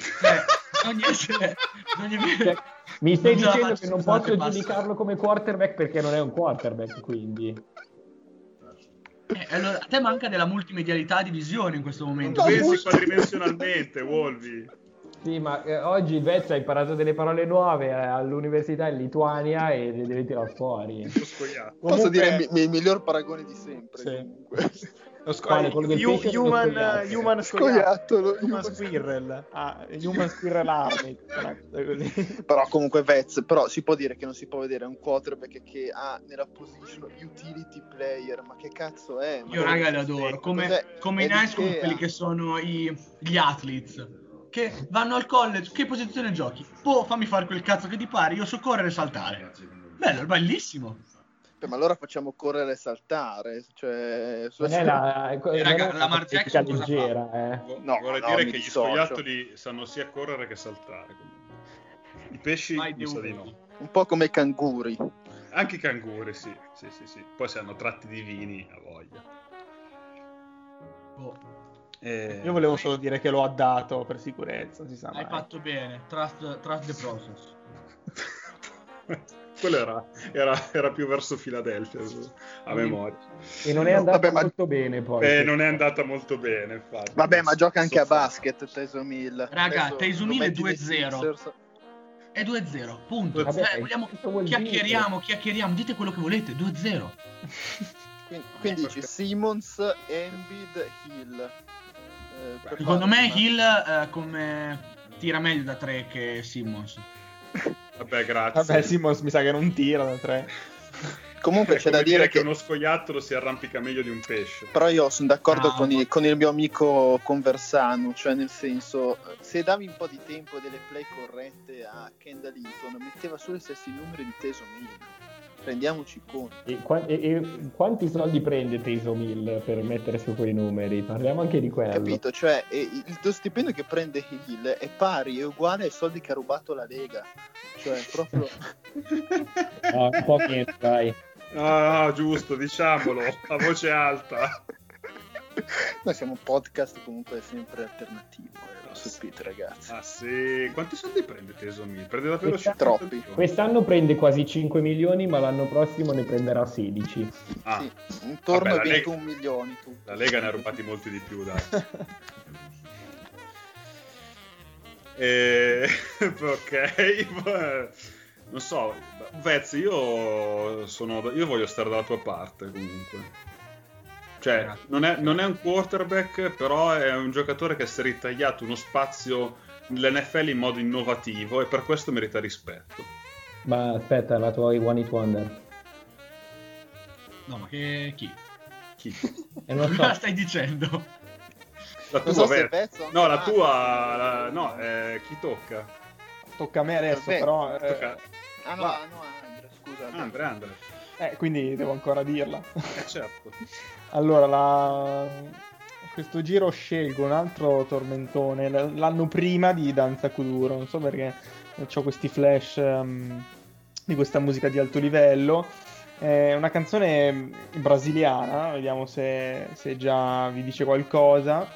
Mi stai Non ce la dicendo faccio, che non scusate, posso basta. giudicarlo come quarterback perché non è un quarterback, quindi. Allora, a te manca della multimedialità di visione in questo momento. Non pensi quadrimensionalmente, Wolvi. Sì, ma oggi Vez ha imparato delle parole nuove all'università in Lituania e le deve tirare fuori. Lo scoiattolo. Posso dire il miglior paragone di sempre. Sì. Comunque. Quale? Quello del pesce o dello scoiattolo? Human Scoiattolo. Human Squirrel. Human Squirrel Army. Così. Però comunque Vez, però si può dire che non si può vedere un quarterback che ha nella position utility player, ma che cazzo è? Io raga li adoro, come in high school Ikea. quelli che sono gli athletes che vanno al college, che posizione giochi? Boh, fammi fare quel cazzo che ti pare, io so correre e saltare. Bello, è bellissimo. Ma allora facciamo correre e saltare, cioè Non è raga, la Lamar Jackson cosa leggera, No, Vorrei no, dire mi che gli dissocio. scoiattoli sanno sia correre che saltare. I pesci Vai, mi sa Dio. di no. Un po' come i canguri. Anche i canguri, sì. Poi se hanno tratti divini, a voglia. Boh. Io volevo solo dire che lo ha dato per sicurezza, si sa mai. Hai fatto bene, trust the process. Quello era più verso Philadelphia, a memoria. e non è andata Vabbè, ma- molto bene poi. Non è andata molto bene, infatti. Vabbè, ma gioca anche a basket Tyson Hill. Raga, Adesso Tyson lo Hill è metti nei 2-0. Sixers. È 2-0, punto. Vabbè, Vogliamo questo vuol dire. chiacchieriamo, dite quello che volete, 2-0. Quindi dici Simmons, Embiid, Hill. Per Secondo fare- me Hill come tira meglio da 3 che Simmons. Vabbè, grazie. Vabbè, Simmons mi sa che non tira da 3. Comunque È c'è da come dire che uno scoiattolo si arrampica meglio di un pesce. però io sono d'accordo Bravo. con il mio amico Conversano, cioè nel senso, se davi un po' di tempo e delle play corrette a Kendall Hinton, metteva solo i stessi numeri di Tyson Hill. Rendiamoci conto. E quanti soldi prende Tyson Hill per mettere su quei numeri? Parliamo anche di quello. Capito? Cioè, lo stipendio che prende Hill è pari, è uguale ai soldi che ha rubato la Lega. Cioè, proprio... No, un po' meno, dai. Ah, giusto, diciamolo a voce alta. Noi siamo un podcast comunque sempre alternativo, lo sapete ragazzi. Ah sì, quanti soldi prende Tesomil? Prende davvero Troppi. Quest'anno prende quasi 5 milioni, ma l'anno prossimo ne prenderà 16. Ah, Sì, intorno vabbè, ai 21 milioni. Tu. la Lega ne ha rubati molti di più, dai. Ok, non so, Vez, io voglio stare dalla tua parte comunque. Cioè, non è un quarterback, però è un giocatore che si è ritagliato uno spazio nell'NFL in modo innovativo e per questo merita rispetto. Ma aspetta, la tua One Hit Wonder. No, ma chi? Chi? Non lo so. Cosa stai dicendo? La Non tua, so se Vez. Vezzo No, la anche tua... no, chi tocca? Tocca a me adesso, Beh, però... Tocca... Ah no, Andre, scusa. Andre. quindi devo ancora dirla. Certo. Allora, questo giro scelgo un altro tormentone, l'anno prima di Danza Kuduro, non so perché ho questi flash di questa musica di alto livello. È una canzone brasiliana, vediamo se già vi dice qualcosa.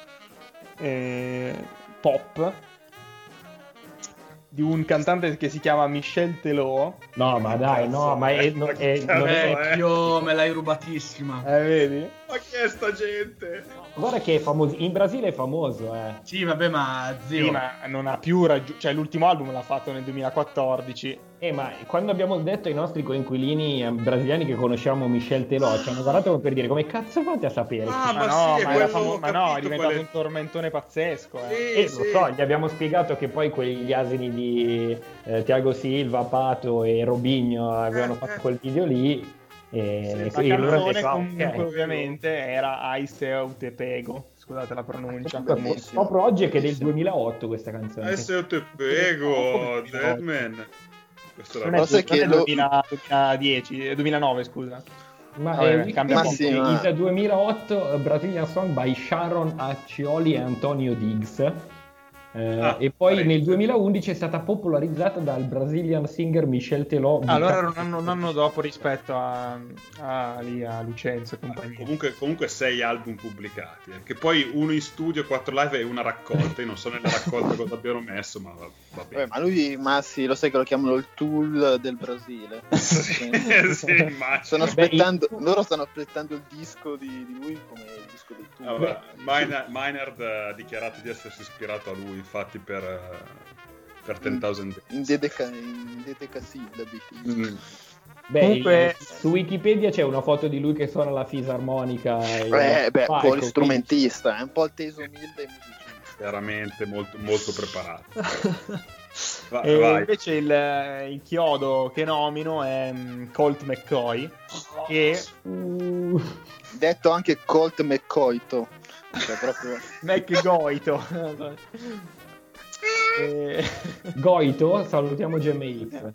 Pop di un cantante che si chiama Michel Teló. No, ma dai, no, ma non è... Vecchio, me l'hai rubatissima. Vedi? Ma chi è sta gente? Guarda che è famoso, in Brasile è famoso, Sì, vabbè, ma zio. Sì, ma non ha più cioè l'ultimo album l'ha fatto nel 2014. Ma quando abbiamo detto ai nostri coinquilini brasiliani che conosciamo Michel Teló, ci hanno guardato per dire come cazzo fate a sapere? Ah, ma no, sì, è ma, quello, è diventato un tormentone pazzesco. Sì, Lo so, gli abbiamo spiegato che poi quegli asini di Thiago Silva, Pato e Robinho avevano fatto quel video lì. E La loro hanno canzone detto, comunque ok. ovviamente era Ai Seu Te Pego, scusate la pronuncia. Bellissimo. Proprio oggi è che è del 2008 questa canzone. Adesso io te pego, Deadman. Questo Non era è, Cosa che lo- 2010, 2009 scusa. Ma Vabbè, cambia ma poco. sì, ma- il 2008 Brazilian Song by Sharon Accioli e Antonio Diggs. E poi parecchio. nel 2011 è stata popolarizzata dal Brazilian singer Michel Teló. Allora era un anno dopo rispetto a Lucenzo e compagnia. Comunque 6 album pubblicati, che poi uno in studio, 4 live e una raccolta. Io non so nella raccolta cosa abbiano messo, ma va bene. Ma lui, sì, lo sai che lo chiamano il tool del Brasile. Sì, immagino. Loro stanno aspettando il disco di lui come il disco del tool. Vabbè, Maynard ha dichiarato di essersi ispirato a lui, infatti per 10,000 in dedecasillabi. Comunque- Su Wikipedia c'è una foto di lui che suona la fisarmonica. Un po' quindi- l'istrumentista, è un po' il Teso Mil dei musicisti. Veramente molto, molto preparato. E Vai. invece il chiodo che nomino è Colt McCoy, che Detto anche Colt McCoito. Cioè proprio... McGoito. Goito, salutiamo GMX.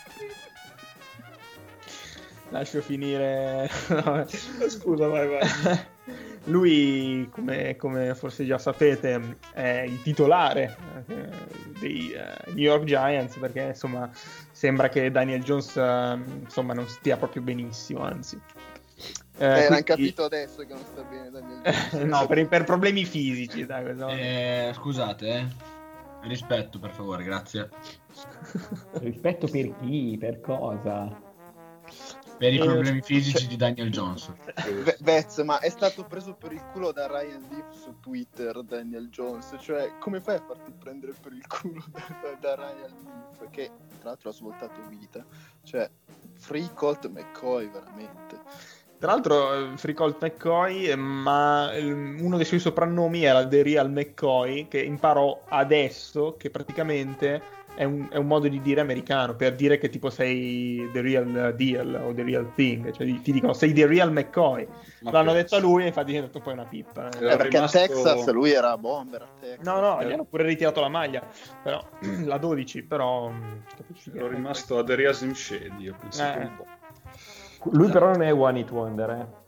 Lascio finire. Scusa, vai. Lui, come forse già sapete, è il titolare dei New York Giants, perché insomma sembra che Daniel Jones insomma non stia proprio benissimo, anzi. L'hanno capito adesso che non sta bene Daniel Jones. No, per problemi fisici, dai, Scusate, rispetto per favore, grazie. Rispetto per chi? Per cosa? Per i problemi fisici di Daniel Jones. Vez, ma è stato preso per il culo da Ryan Leaf su Twitter, Daniel Jones. Cioè, come fai a farti prendere per il culo da Ryan Leaf, che tra l'altro ha svoltato vita? Cioè, Free Colt McCoy, veramente. Tra l'altro, Free Colt McCoy, ma uno dei suoi soprannomi era The Real McCoy, che imparò adesso che praticamente è un modo di dire americano, per dire che tipo sei the real deal o the real thing, cioè ti dicono sei the real McCoy. L'hanno detto a lui e infatti è detto poi una pippa. Perché rimasto- a Texas lui era bomber a Texas. No, gli hanno pure ritirato la maglia, però la 12, però capisci che Ero rimasto a Deriasim Shady, io penso un po'. Lui però non è One Hit Wonder,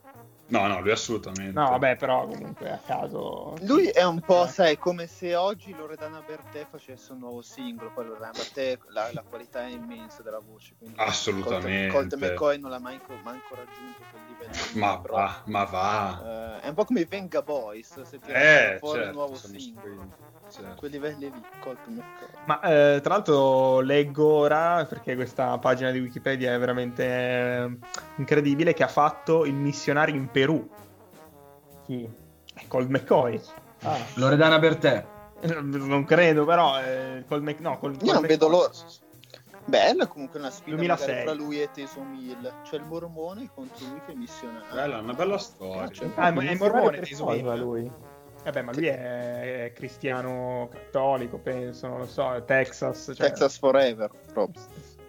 No, lui assolutamente. No, vabbè, però comunque a caso. Lui è un po', sai, come se oggi Loredana Bertè facesse un nuovo singolo. Poi Loredana Bertè, la qualità è immensa della voce. Quindi Assolutamente. Colt McCoy non l'ha manco raggiunto quel livello. Ma va. È un po' come i Venga Boys, se tirano fuori un nuovo sono singolo. certo. Quei livelli lì, Colt McCoy. Ma tra l'altro leggo ora, perché questa pagina di Wikipedia è veramente incredibile, che ha fatto il missionario in Perù. Chi? Colt McCoy. Ah, Loredana Bertè. Non credo, però Colt Io non vedo l'ora. Bella comunque una sfida 2006. magari fra lui e Taysom Hill. C'è il mormone contro lui che è missionario. Bella, una bella storia. è mormone per Taysom Hill. cosa lui? Vabbè, ma lui è cristiano cattolico, penso, non lo so, è Texas. Cioè, Texas Forever, proprio.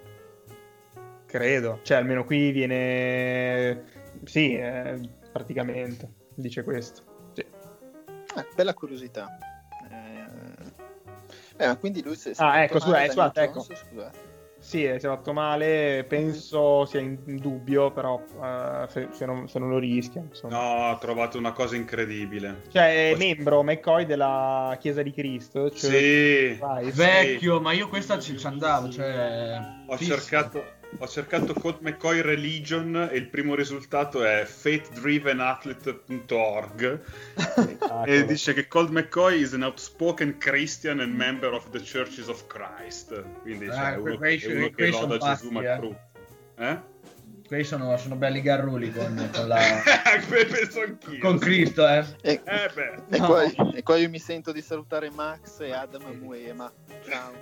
Credo. Cioè, almeno qui viene... Sì, praticamente, dice questo. Sì. Bella curiosità. Ma quindi lui si è ecco, fatto male, scusate, Daniel ecco. Jones, scusate. Sì, si è fatto male, penso sia in dubbio, però se non lo rischia, insomma. No, ho trovato una cosa incredibile. Cioè, è membro McCoy della Chiesa di Cristo. Cioè... Sì. Vai, Vecchio, ma io questa ci andavo, cioè... Ho cercato Colt McCoy Religion e il primo risultato è faithdrivenathlete.org e dice che Colt McCoy is an outspoken Christian and member of the Churches of Christ. Quindi è uno che loda Gesù ma brutto. Quei sono belli garruli con la... Penso anch'io. Con Cristo, E qua io mi sento di salutare Max e Adam Muema. Ciao.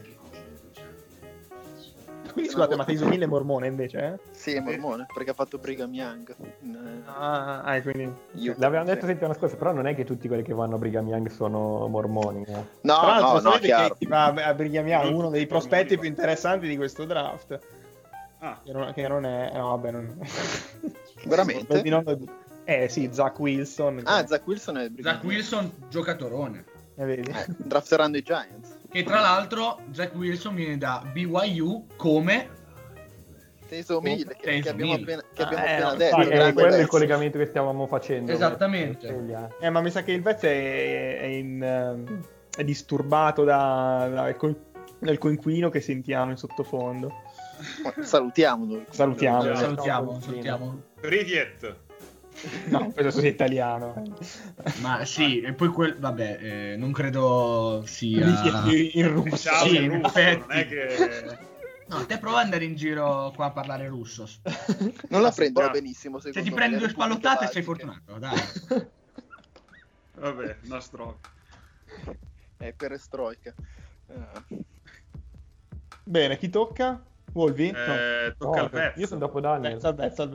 Quindi scusate, ma Taysom Hill è mormone invece? Sì, è mormone, perché ha fatto Brigham Young. Quindi... L'avevamo detto settimana scorsa, però non è che tutti quelli che vanno a Brigham Young sono mormoni. No, chiaro. Che va a Brigham Young, uno dei prospetti più interessanti di questo draft. Che non è... No, vabbè, non... Veramente? Sì, Zach Wilson. Zach Wilson è Zach Wilson, giocatorone. Vedi? Drafteranno i Giants. Che tra l'altro Zach Wilson viene da BYU come Taysom Hill, che abbiamo appena detto. È quello è il collegamento che stavamo facendo. Esattamente. Ma mi sa che il Vez è disturbato dal coinquilino che sentiamo in sottofondo. Salutiamolo. Salutiamo. Ridiet. No, penso sia italiano. Ma sì, e poi vabbè, non credo sia in russo. Sì, in effetti. Non è che... No, te prova ad andare in giro qua a parlare russo. Non la prendono benissimo, se ti prendi 2 spallottate sei fortunato, dai. Vabbè, una stroca. È perestroica. Bene, chi tocca? Wolvi? Tocca al pezzo. Io sono dopo Daniel. Al pezzo.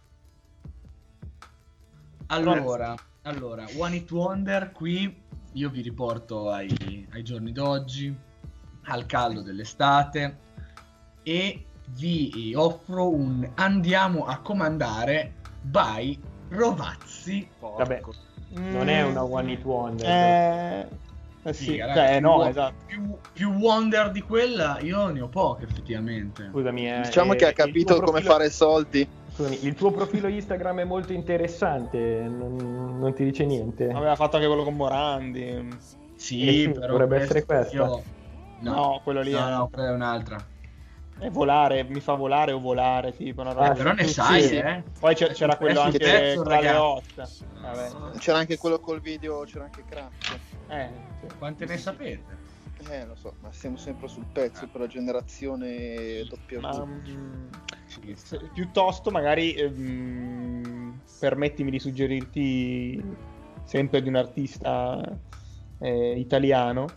Allora, One Hit Wonder, qui io vi riporto ai giorni d'oggi, al caldo dell'estate, e vi offro un andiamo a comandare by Rovazzi. Vabbè, non è una One Hit Wonder. Sì, ragazzi, esatto. Più Wonder di quella io ne ho poche effettivamente. Scusami, diciamo che ha capito come fare soldi. Scusami, il tuo profilo Instagram è molto interessante, non ti dice niente? Aveva fatto anche quello con Morandi. Sì, però dovrebbe essere questa. No, quello lì no, quella è un'altra. È volare, mi fa volare o volare, tipo una roba. Però ne sai, sì. Poi c'era quello anche pezzo, tra le 8. C'era anche quello col video, c'era anche Craft. Sì. Quante ne sapete? Lo so, ma siamo sempre sul pezzo per la generazione doppia. Piuttosto magari permettimi di suggerirti sempre di un artista italiano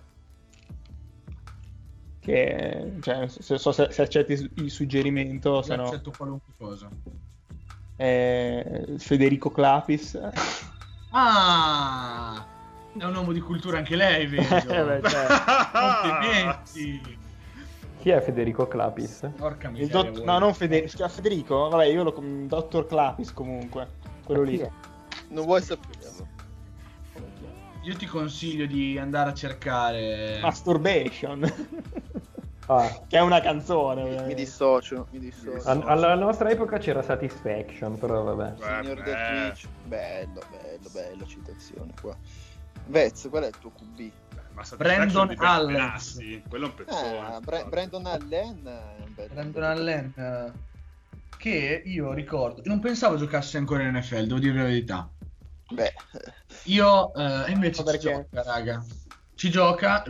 che, cioè, se accetti il suggerimento, se no accetto qualunque cosa. Federico Clapis. È un uomo di cultura anche lei, vedo. Complimenti. Chi è Federico Clapis? Porca miseria. No, non Federico. Si chiama Federico? Vabbè, io Dottor Clapis comunque. Quello lì. Non vuoi saperlo? Io ti consiglio di andare a cercare Masturbation. Che è una canzone. Mi dissocio. Alla nostra epoca c'era Satisfaction, però vabbè. Signor del Twitch. Bello, citazione qua. Vez, qual è il tuo QB? Ma Brandon Allen. Quello è un pezzone. Brandon Allen è un bel Brandon Allen, che io ricordo, non pensavo giocasse ancora in NFL, devo dire la verità. Beh, Io invece Perché? ci gioca, raga. Ci gioca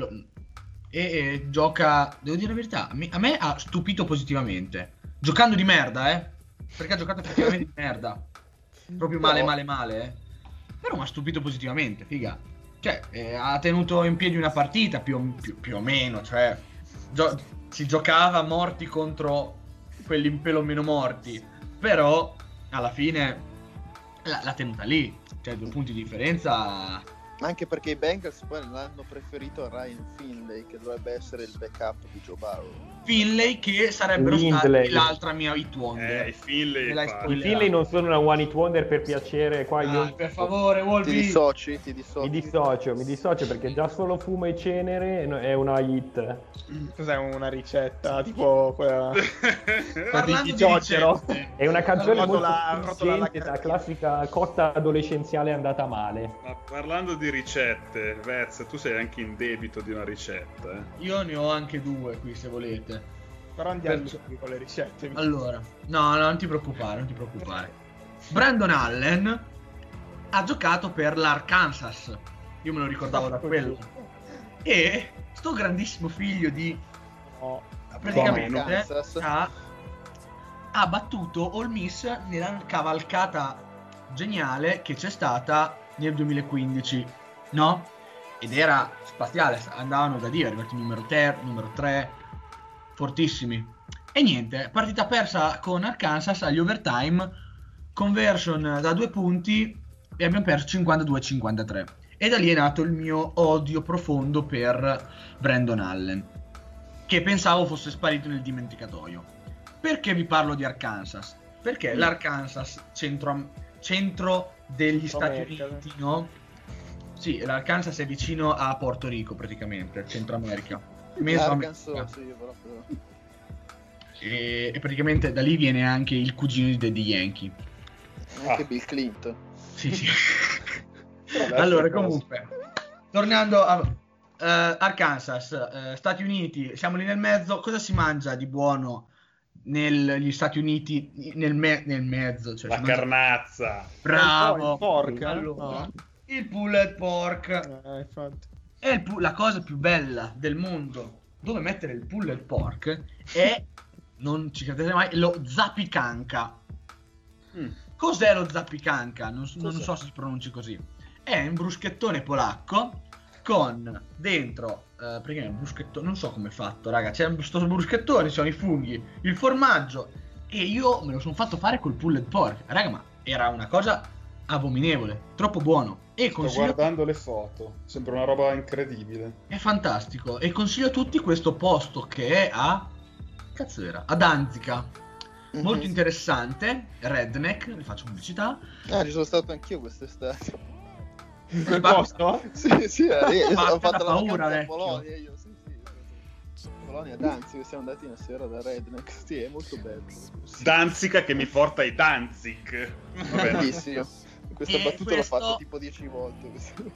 e gioca, devo dire la verità, a me ha stupito positivamente. Giocando di merda, perché ha giocato effettivamente di merda. Proprio male. Però mi ha stupito positivamente, figa. Cioè, ha tenuto in piedi una partita più o meno, cioè si giocava morti contro quelli un pelo meno morti, però alla fine l'ha tenuta lì, cioè 2 punti di differenza. anche perché i Bengals poi l'hanno preferito a Ryan Finlay, che dovrebbe essere il backup di Joe Burrow. Finlay, che sarebbero Lindley. stati l'altra mia hit wonder. I Finlay. Me l'hai I spoilerato. Finlay non sono una one hit wonder, per piacere, qua io Per favore, Ti Wolby. dissoci? mi dissocio perché già solo fumo e cenere è una hit. Cos'è una ricetta? Tipo quella Parlando di di Giocero. ricette, È una canzone molto Rotola alla efficiente, da classica cotta adolescenziale andata male. Ma parlando di ricette, Vez, tu sei anche in debito di una ricetta. io ne ho anche 2 qui se volete. Però andiamo con le ricette. Allora, no, non ti preoccupare. Brandon Allen ha giocato per l'Arkansas. Io me lo ricordavo da quello. E sto grandissimo figlio di praticamente Kansas. ha battuto Ole Miss nella cavalcata geniale che c'è stata nel 2015, no? Ed era spaziale, andavano da Dio, arrivati numero 3, fortissimi. E niente, partita persa con Arkansas agli overtime, conversion da 2 punti e abbiamo perso 52-53. E da lì è nato il mio odio profondo per Brandon Allen, che pensavo fosse sparito nel dimenticatoio. Perché vi parlo di Arkansas? Perché l'Arkansas, centro degli Stati Uniti, no? Sì, l'Arkansas è vicino a Porto Rico praticamente, Centro America. Arkansas, sì, proprio. E praticamente da lì viene anche il cugino di Daddy Yankee. Anche Bill Clinton. Sì. Allora, comunque, tornando a Arkansas, Stati Uniti, siamo lì nel mezzo. Cosa si mangia di buono negli Stati Uniti? Nel mezzo, cioè La carnazza. Bravo. Il pork, Allora, no? il pulled pork Infatti. è la cosa più bella del mondo dove mettere il pulled pork è, non ci credete mai, lo zapicanca. Cos'è lo zapicanca? Non so se si pronunci così. È un bruschettone polacco con dentro perché è un bruschettone, non so come è fatto, raga. C'è questo bruschettone, ci sono i funghi, il formaggio, e io me lo sono fatto fare col pulled pork, raga, ma era una cosa abominevole, troppo buono. E Sto guardando le foto, sembra una roba incredibile. è fantastico, e consiglio a tutti questo posto che è a Danzica. Molto interessante, redneck, ne faccio pubblicità. Ci sono stato anch'io quest'estate. Quel posto? Sì, ho fatto la paura, vacanza a vecchio. Polonia io, sì. Polonia, Danzica, siamo andati una sera da redneck. Sì, è molto bello. Sì. Danzica che mi porta ai Danzig. Vabbè. Bellissimo. Questa E battuta l'ho questo- fatta tipo 10 volte.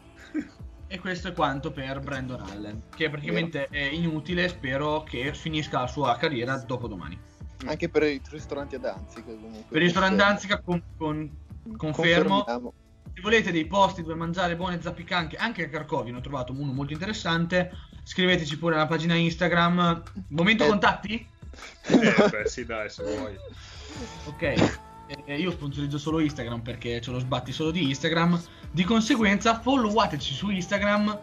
E questo è quanto per Brandon Allen, che praticamente è inutile. Spero che finisca la sua carriera dopodomani. Anche per i ristoranti a Danzica comunque. Per il ristorante Danzica confermo. Confermiamo. Se volete dei posti dove mangiare buone zappicanche, anche a Cracovia ne ho trovato uno molto interessante. Scriveteci pure alla pagina Instagram. Momento contatti? Beh, sì, dai, se vuoi. Ok. Io sponsorizzo solo Instagram perché ce lo sbatti solo di Instagram. Di conseguenza followateci su Instagram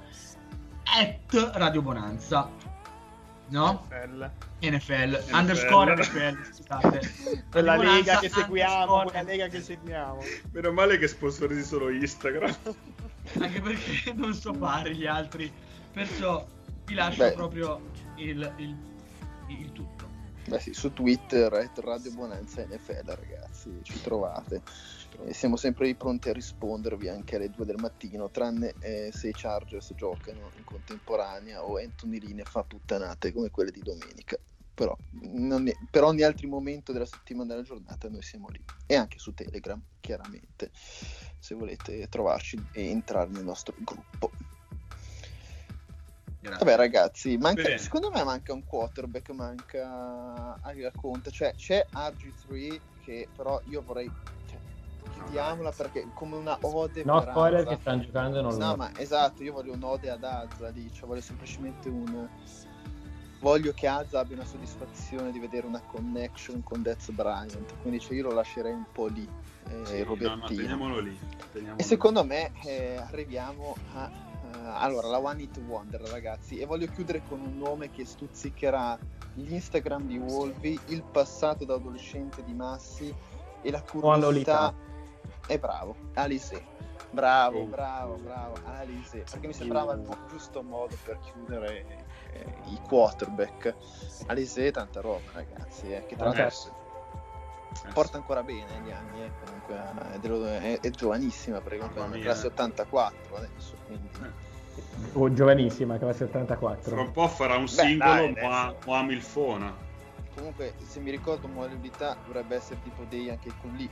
@Radio Bonanza. No? NFL underscore NFL, scusate. Quella Radio lega Bonanza, che seguiamo, underscore quella lega che seguiamo. Meno male che sponsorizzi solo Instagram. Anche perché non so fare gli altri, perciò vi lascio proprio il tutto. Beh sì, su Twitter Radio Bonanza NFL, ragazzi, ci trovate. Siamo sempre pronti a rispondervi anche alle 2 del mattino, tranne se i Chargers giocano in contemporanea o Anthony Lee ne fa puttanate come quelle di domenica. Però per ogni altro momento della settimana della giornata noi siamo lì, e anche su Telegram, chiaramente, se volete trovarci e entrare nel nostro gruppo. Grazie. Vabbè ragazzi, secondo me manca un quarterback, manca Aria Conte, cioè c'è RG3 che però io vorrei, chiudiamola perché come una ode no per spoiler Azza. che stanno giocando non No, ma esatto, io voglio un'ode ad Azza lì, cioè voglio semplicemente voglio che Azza abbia una soddisfazione di vedere una connection con Dez Bryant, quindi io lo lascerei un po' lì, Robertino. No, teniamolo lì. E secondo me arriviamo a allora la One Hit Wonder, ragazzi, e voglio chiudere con un nome che stuzzicherà l'Instagram di Wolvi, il passato da adolescente di Massi e la curiosità. E bravo, Alizé. Bravo, Alizé, perché mi sembrava il giusto modo per chiudere i quarterback. Alizé, tanta roba, ragazzi, che tra l'altro porta ancora bene gli anni, comunque è giovanissima, perché comunque è una classe 84 adesso, quindi giovanissima, classe 84. Tra un po' farà un singolo Moamilfona. Comunque se mi ricordo modalità dovrebbe essere tipo dei anche con lì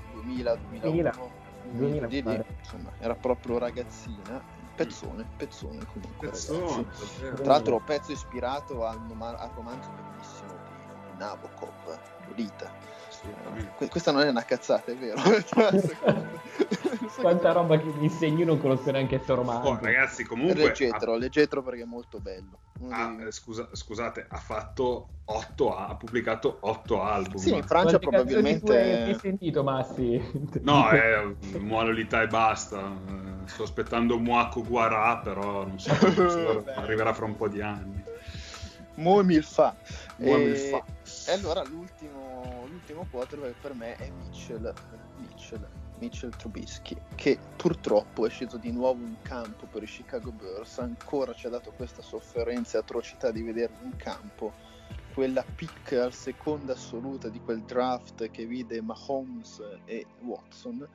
2000 insomma era proprio ragazzina, pezzone comunque, ragazzi. Tra l'altro pezzo ispirato al romanzo bellissimo di Nabokov, Lolita. Questa non è una cazzata, è vero. Quanta roba che mi insegni, non conosco neanche questo romanzo. Ragazzi, comunque leggetelo perché è molto bello. Scusate, ha pubblicato 8 album. Sì, in Francia probabilmente hai sentito, Massi? No, è Lolita e basta. Sto aspettando Moaco Guarà, però non so, arriverà fra un po' di anni. Milfa. E allora l'ultimo quarterback per me è Mitchell Trubisky, che purtroppo è sceso di nuovo in campo per i Chicago Bears. Ancora ci ha dato questa sofferenza e atrocità di vederlo in campo, quella pick al seconda assoluta di quel draft che vide Mahomes e Watson.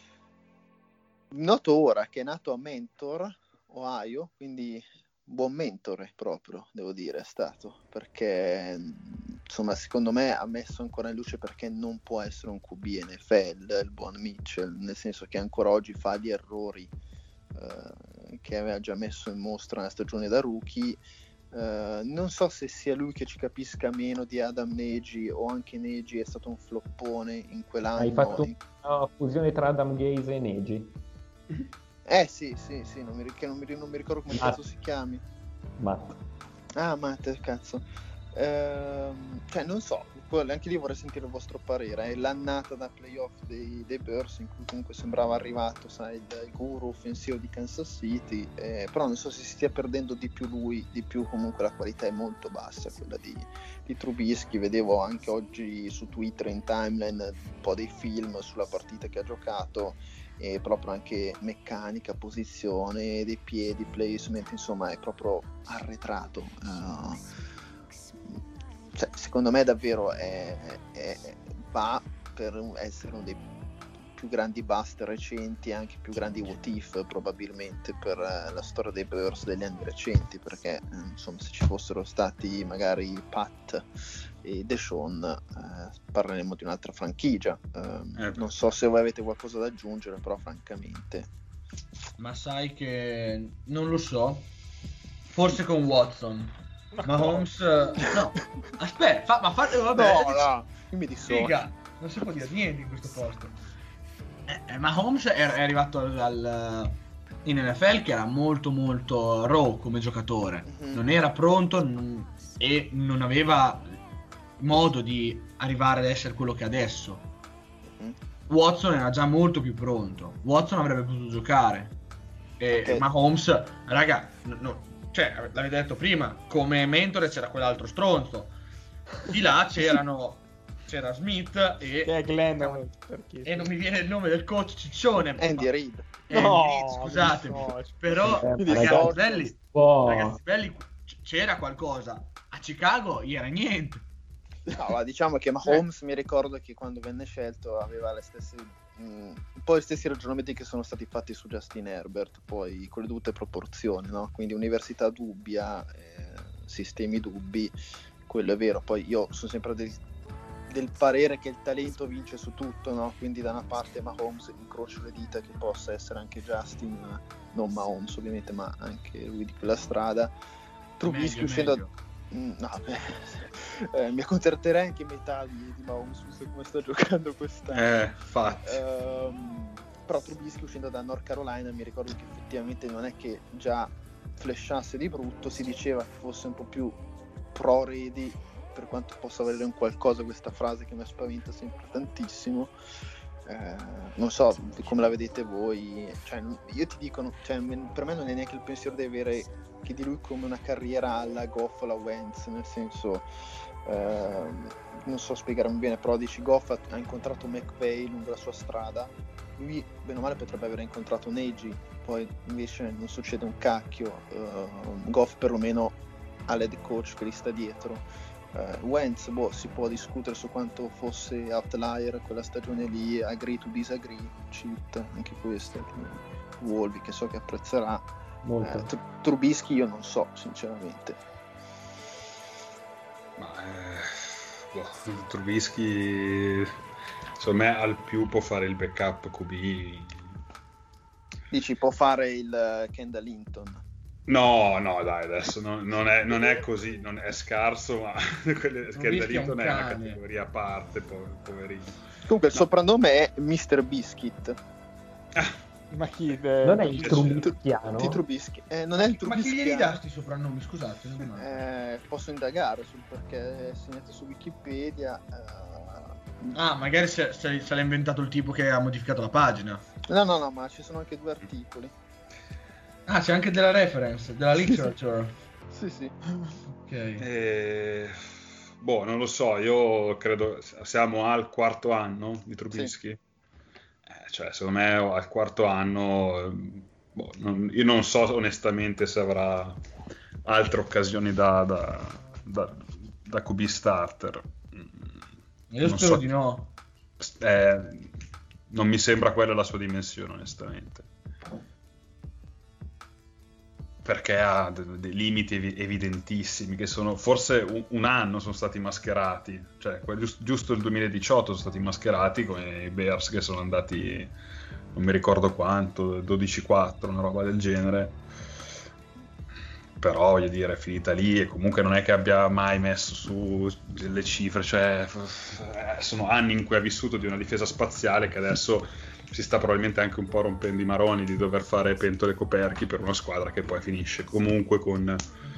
Noto ora che è nato a Mentor, Ohio, quindi buon mentore proprio, devo dire, è stato, perché insomma secondo me ha messo ancora in luce perché non può essere un QB NFL il buon Mitchell, nel senso che ancora oggi fa gli errori che aveva già messo in mostra nella stagione da rookie. Non so se sia lui che ci capisca meno di Adam Nagy, o anche Nagy è stato un floppone in quell'anno. Hai fatto una fusione tra Adam Gaze e Nagy? Sì, non mi ricordo come cazzo si chiami. Matt, cazzo. Cioè non so, anche lì vorrei sentire il vostro parere. È l'annata da playoff dei Bears, in cui comunque sembrava arrivato, sai, il guru offensivo di Kansas City, però non so se si stia perdendo di più lui, di più comunque la qualità è molto bassa, quella di Trubisky. Vedevo anche oggi su Twitter in timeline un po' dei film sulla partita che ha giocato, e proprio anche meccanica, posizione dei piedi, placement, insomma è proprio arretrato. Cioè, secondo me davvero va per essere uno dei più grandi bust recenti, anche più grandi what if probabilmente per la storia dei Bears degli anni recenti, perché insomma se ci fossero stati magari Pat e Deshaun parleremo di un'altra franchigia. Non so se voi avete qualcosa da aggiungere, però francamente ma sai che non lo so, forse con Watson. Mahomes no, aspetta, vabbè, no, io mi dissocio. Figa, non si può dire niente in questo posto. Mahomes è arrivato in NFL che era molto molto raw come giocatore, non era pronto e non aveva modo di arrivare ad essere quello che è adesso. Watson era già molto più pronto, Watson avrebbe potuto giocare e Mahomes, raga, cioè l'avete detto prima, come mentore c'era quell'altro stronzo, di là c'era Smith e Glenn, e non mi viene il nome del coach ciccione, Andy Reid. Scusatemi, però ragazzi belli, c'era qualcosa. A Chicago era niente. No, diciamo che Mahomes mi ricordo che quando venne scelto aveva le stesse un po' gli stessi ragionamenti che sono stati fatti su Justin Herbert, poi con le dovute proporzioni, no? Quindi università dubbia, sistemi dubbi, quello è vero. Poi io sono sempre del parere che il talento vince su tutto, no? Quindi da una parte Mahomes, incrocio le dita che possa essere anche Justin, non Mahomes ovviamente, ma anche lui di quella strada. Trubisky uscendo no, mi accontenterei anche metà di Mahomes, visto come sta giocando quest'anno. Infatti. Però Trubisky uscendo da North Carolina mi ricordo che effettivamente non è che già flashasse di brutto, si diceva che fosse un po' più pro ready, per quanto possa valere un qualcosa questa frase che mi spaventa sempre tantissimo. Non so come la vedete voi, cioè, io ti dico, cioè, per me non è neanche il pensiero di avere che di lui come una carriera alla Goff, alla Wentz, nel senso non so spiegarmi bene, però dici Goff ha incontrato McVay lungo la sua strada, lui bene o male potrebbe aver incontrato Nagy, poi invece non succede un cacchio. Goff perlomeno ha l'head coach che gli sta dietro. Wentz, si può discutere su quanto fosse outlier quella stagione lì, agree to disagree, cheat, anche questo, Wolvi che so che apprezzerà. Trubisky io non so sinceramente, ma Trubisky secondo me al più può fare il backup QB. Dici può fare il Kendall Hinton? No, dai, adesso non è così, non è scarso, ma Kendall Hinton è una categoria a parte, poverino. Comunque il soprannome è Mr. Biscuit. Ma chi? Non è il Trubischiano? Trubisky. Non è il Trubischiano. Ma chi glieli dà sti soprannomi, scusate? Posso indagare sul perché è segnato su Wikipedia. Magari se l'ha inventato il tipo che ha modificato la pagina. No, ma ci sono anche 2 articoli. C'è anche della reference, della literature. Sì. Ok. Non lo so, io credo siamo al 4º anno di Trubisky. Sì. Cioè, secondo me al 4º anno io non so onestamente se avrà altre occasioni da QB starter. Io spero di no. Non mi sembra quella la sua dimensione, onestamente. Perché ha dei limiti evidentissimi che sono forse un anno sono stati mascherati, cioè giusto il 2018 sono stati mascherati con i Bears che sono andati non mi ricordo quanto, 12-4, una roba del genere. Però voglio dire, è finita lì e comunque non è che abbia mai messo su le cifre, cioè sono anni in cui ha vissuto di una difesa spaziale che adesso si sta probabilmente anche un po' rompendo i maroni di dover fare pentole coperchi per una squadra che poi finisce comunque con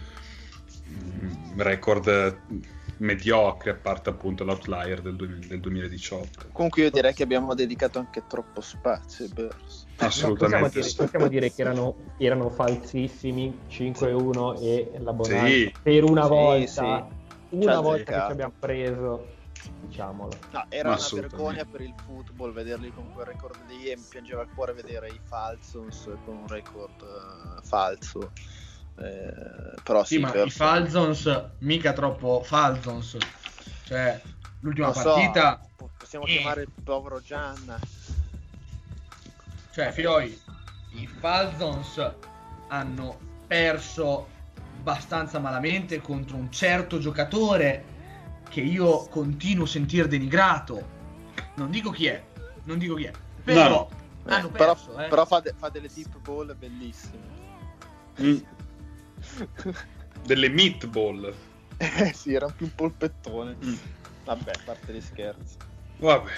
record mediocre, a parte appunto l'outlier del 2018. Comunque io direi che abbiamo dedicato anche troppo spazio ai Bears. Assolutamente. Possiamo dire che erano falsissimi 5-1 e la bonanza per una volta una volta che ci abbiamo preso, diciamolo. No, era una vergogna per il football vederli con quel record lì e mi piangeva il cuore vedere i Falcons con un record falso. Però sì, ma i Falcons mica troppo Falcons, cioè l'ultima partita possiamo chiamare il povero Gianna, cioè figlioli, i Falcons hanno perso abbastanza malamente contro un certo giocatore che io continuo a sentire denigrato, non dico chi è, però hanno perso, però fa delle deep ball bellissime. Delle meatball. Sì, era più un polpettone. Vabbè, a parte gli scherzi. Vabbè,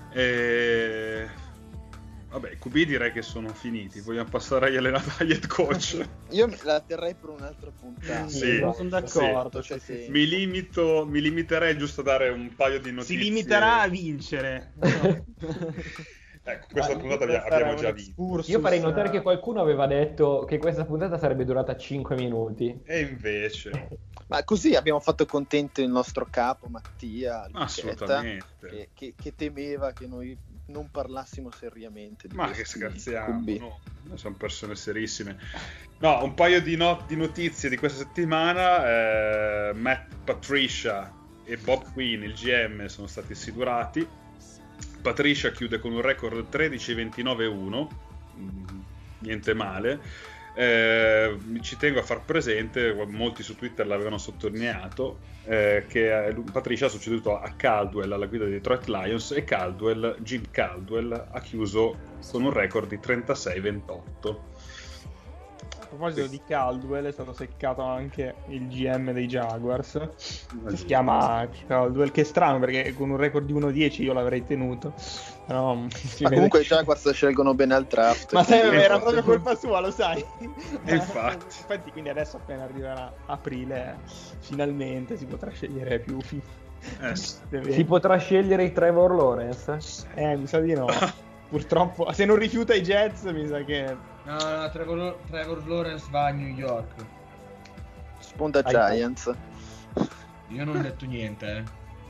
QB direi che sono finiti. Vogliamo passare agli allenatori, head coach? Io la terrei per un'altra puntata. Sì, sono d'accordo. Sì. Mi limiterei giusto a dare un paio di notizie. Si limiterà a vincere. Ecco, questa puntata abbiamo già vinto. Io farei notare che qualcuno aveva detto che questa puntata sarebbe durata 5 minuti. E invece... Ma così abbiamo fatto contento il nostro capo Mattia, assolutamente, che temeva che noi non parlassimo seriamente di ma che scherziamo, no, sono persone serissime. No, un paio di notizie di questa settimana. Matt Patricia e Bob Quinn, il GM, sono stati assidurati. Patricia chiude con un record 13-29-1, niente male. Ci tengo a far presente, molti su Twitter l'avevano sottolineato, che Patricia ha succeduto a Caldwell alla guida dei Detroit Lions, e Jim Caldwell ha chiuso con un record di 36-28. A proposito di Caldwell, è stato seccato anche il GM dei Jaguars, si chiama Caldwell, che è strano perché con un record di 1-10 io l'avrei tenuto, però ma comunque i Jaguars scelgono bene al draft. Ma era proprio colpa sua, lo sai. Infatti quindi adesso appena arriverà aprile finalmente si potrà scegliere più si potrà scegliere i Trevor Lawrence? Mi sa di no. Purtroppo se non rifiuta i Jets mi sa che No, Trevor Lawrence va a New York. Sponda Giants. Io non ho detto niente.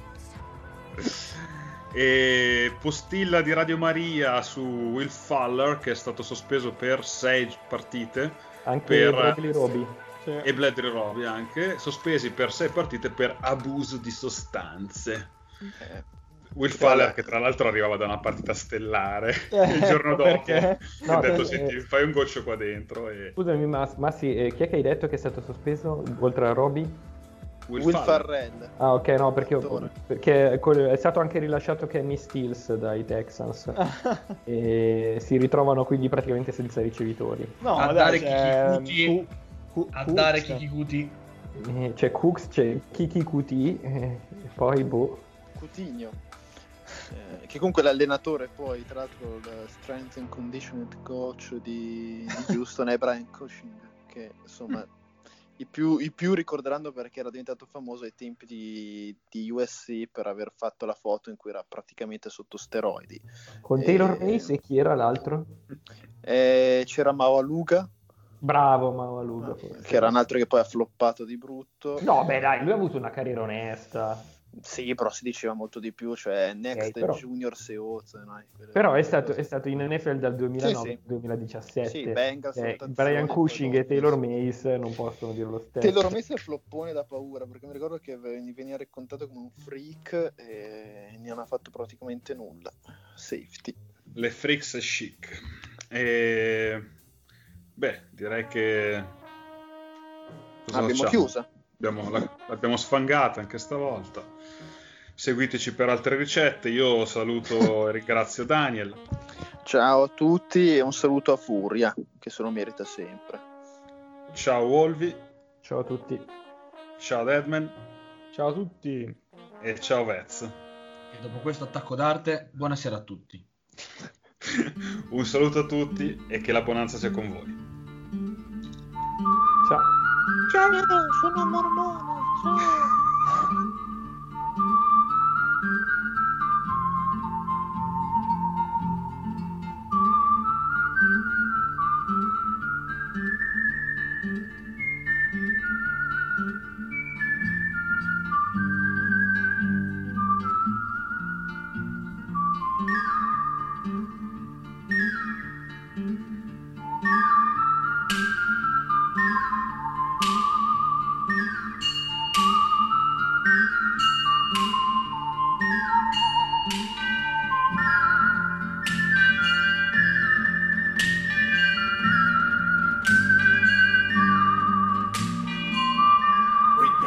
E postilla di Radio Maria su Will Fuller, che è stato sospeso per 6 partite. Anche Bradley Roby. E Bradley Roby anche, sospesi per 6 partite per abuso di sostanze. Will Fuller, che tra l'altro arrivava da una partita stellare il giorno dopo, ha detto senti, fai un goccio qua dentro. Scusami Massi, chi è che hai detto che è stato sospeso oltre a Roby? Will Farrell. Ah ok, no, perché è stato anche rilasciato Kenny Stills dai Texans e si ritrovano quindi praticamente senza ricevitori. No, a dare Kiki c'è Cooks, c'è Kiki Kuti e poi Coutinho, che comunque l'allenatore poi tra l'altro il strength and conditioning coach di Houston è Brian Cushing, che insomma i più ricorderanno perché era diventato famoso ai tempi di USC per aver fatto la foto in cui era praticamente sotto steroidi con Taylor Mace. E chi era l'altro? C'era Maualuga. Bravo Maualuga, che era un altro che poi ha floppato di brutto. No beh dai, lui ha avuto una carriera onesta. Sì, però si diceva molto di più, cioè Next Junior Seoz, però è stato in NFL dal 2009 al 2017. Sì, Bengals, Brian Cushing e Taylor Mace non possono dire lo stesso. Taylor Mace è floppone da paura, perché mi ricordo che veniva raccontato come un freak e non ha fatto praticamente nulla. Safety. Le freaks chic. Direi che abbiamo chiusa. L'abbiamo sfangata anche stavolta. Seguiteci per altre ricette. Io saluto e ringrazio Daniel. Ciao a tutti e un saluto a Furia, che se lo merita sempre. Ciao Wolvi. Ciao a tutti. Ciao Deadman. Ciao a tutti. E ciao Vez. E dopo questo attacco d'arte, buonasera a tutti. Un saluto a tutti e che la bonanza sia con voi. Ciao. Ciao, sono mormone. Ciao.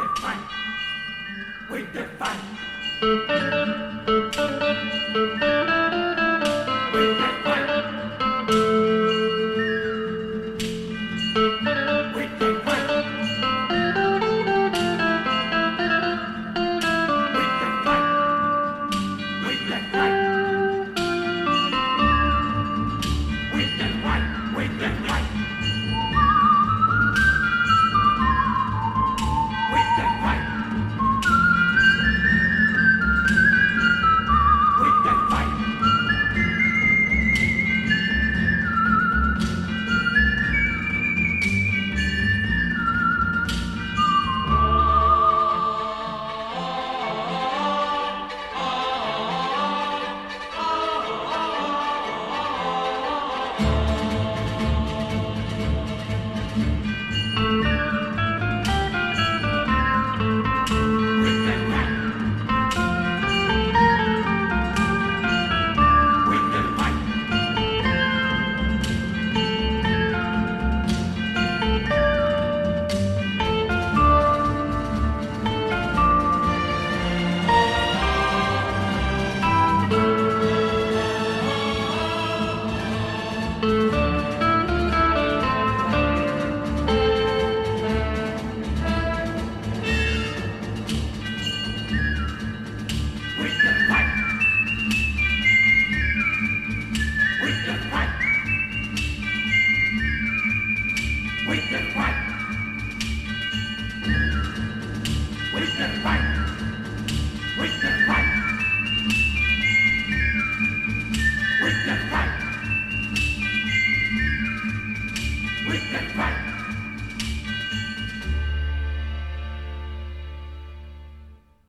With the fight.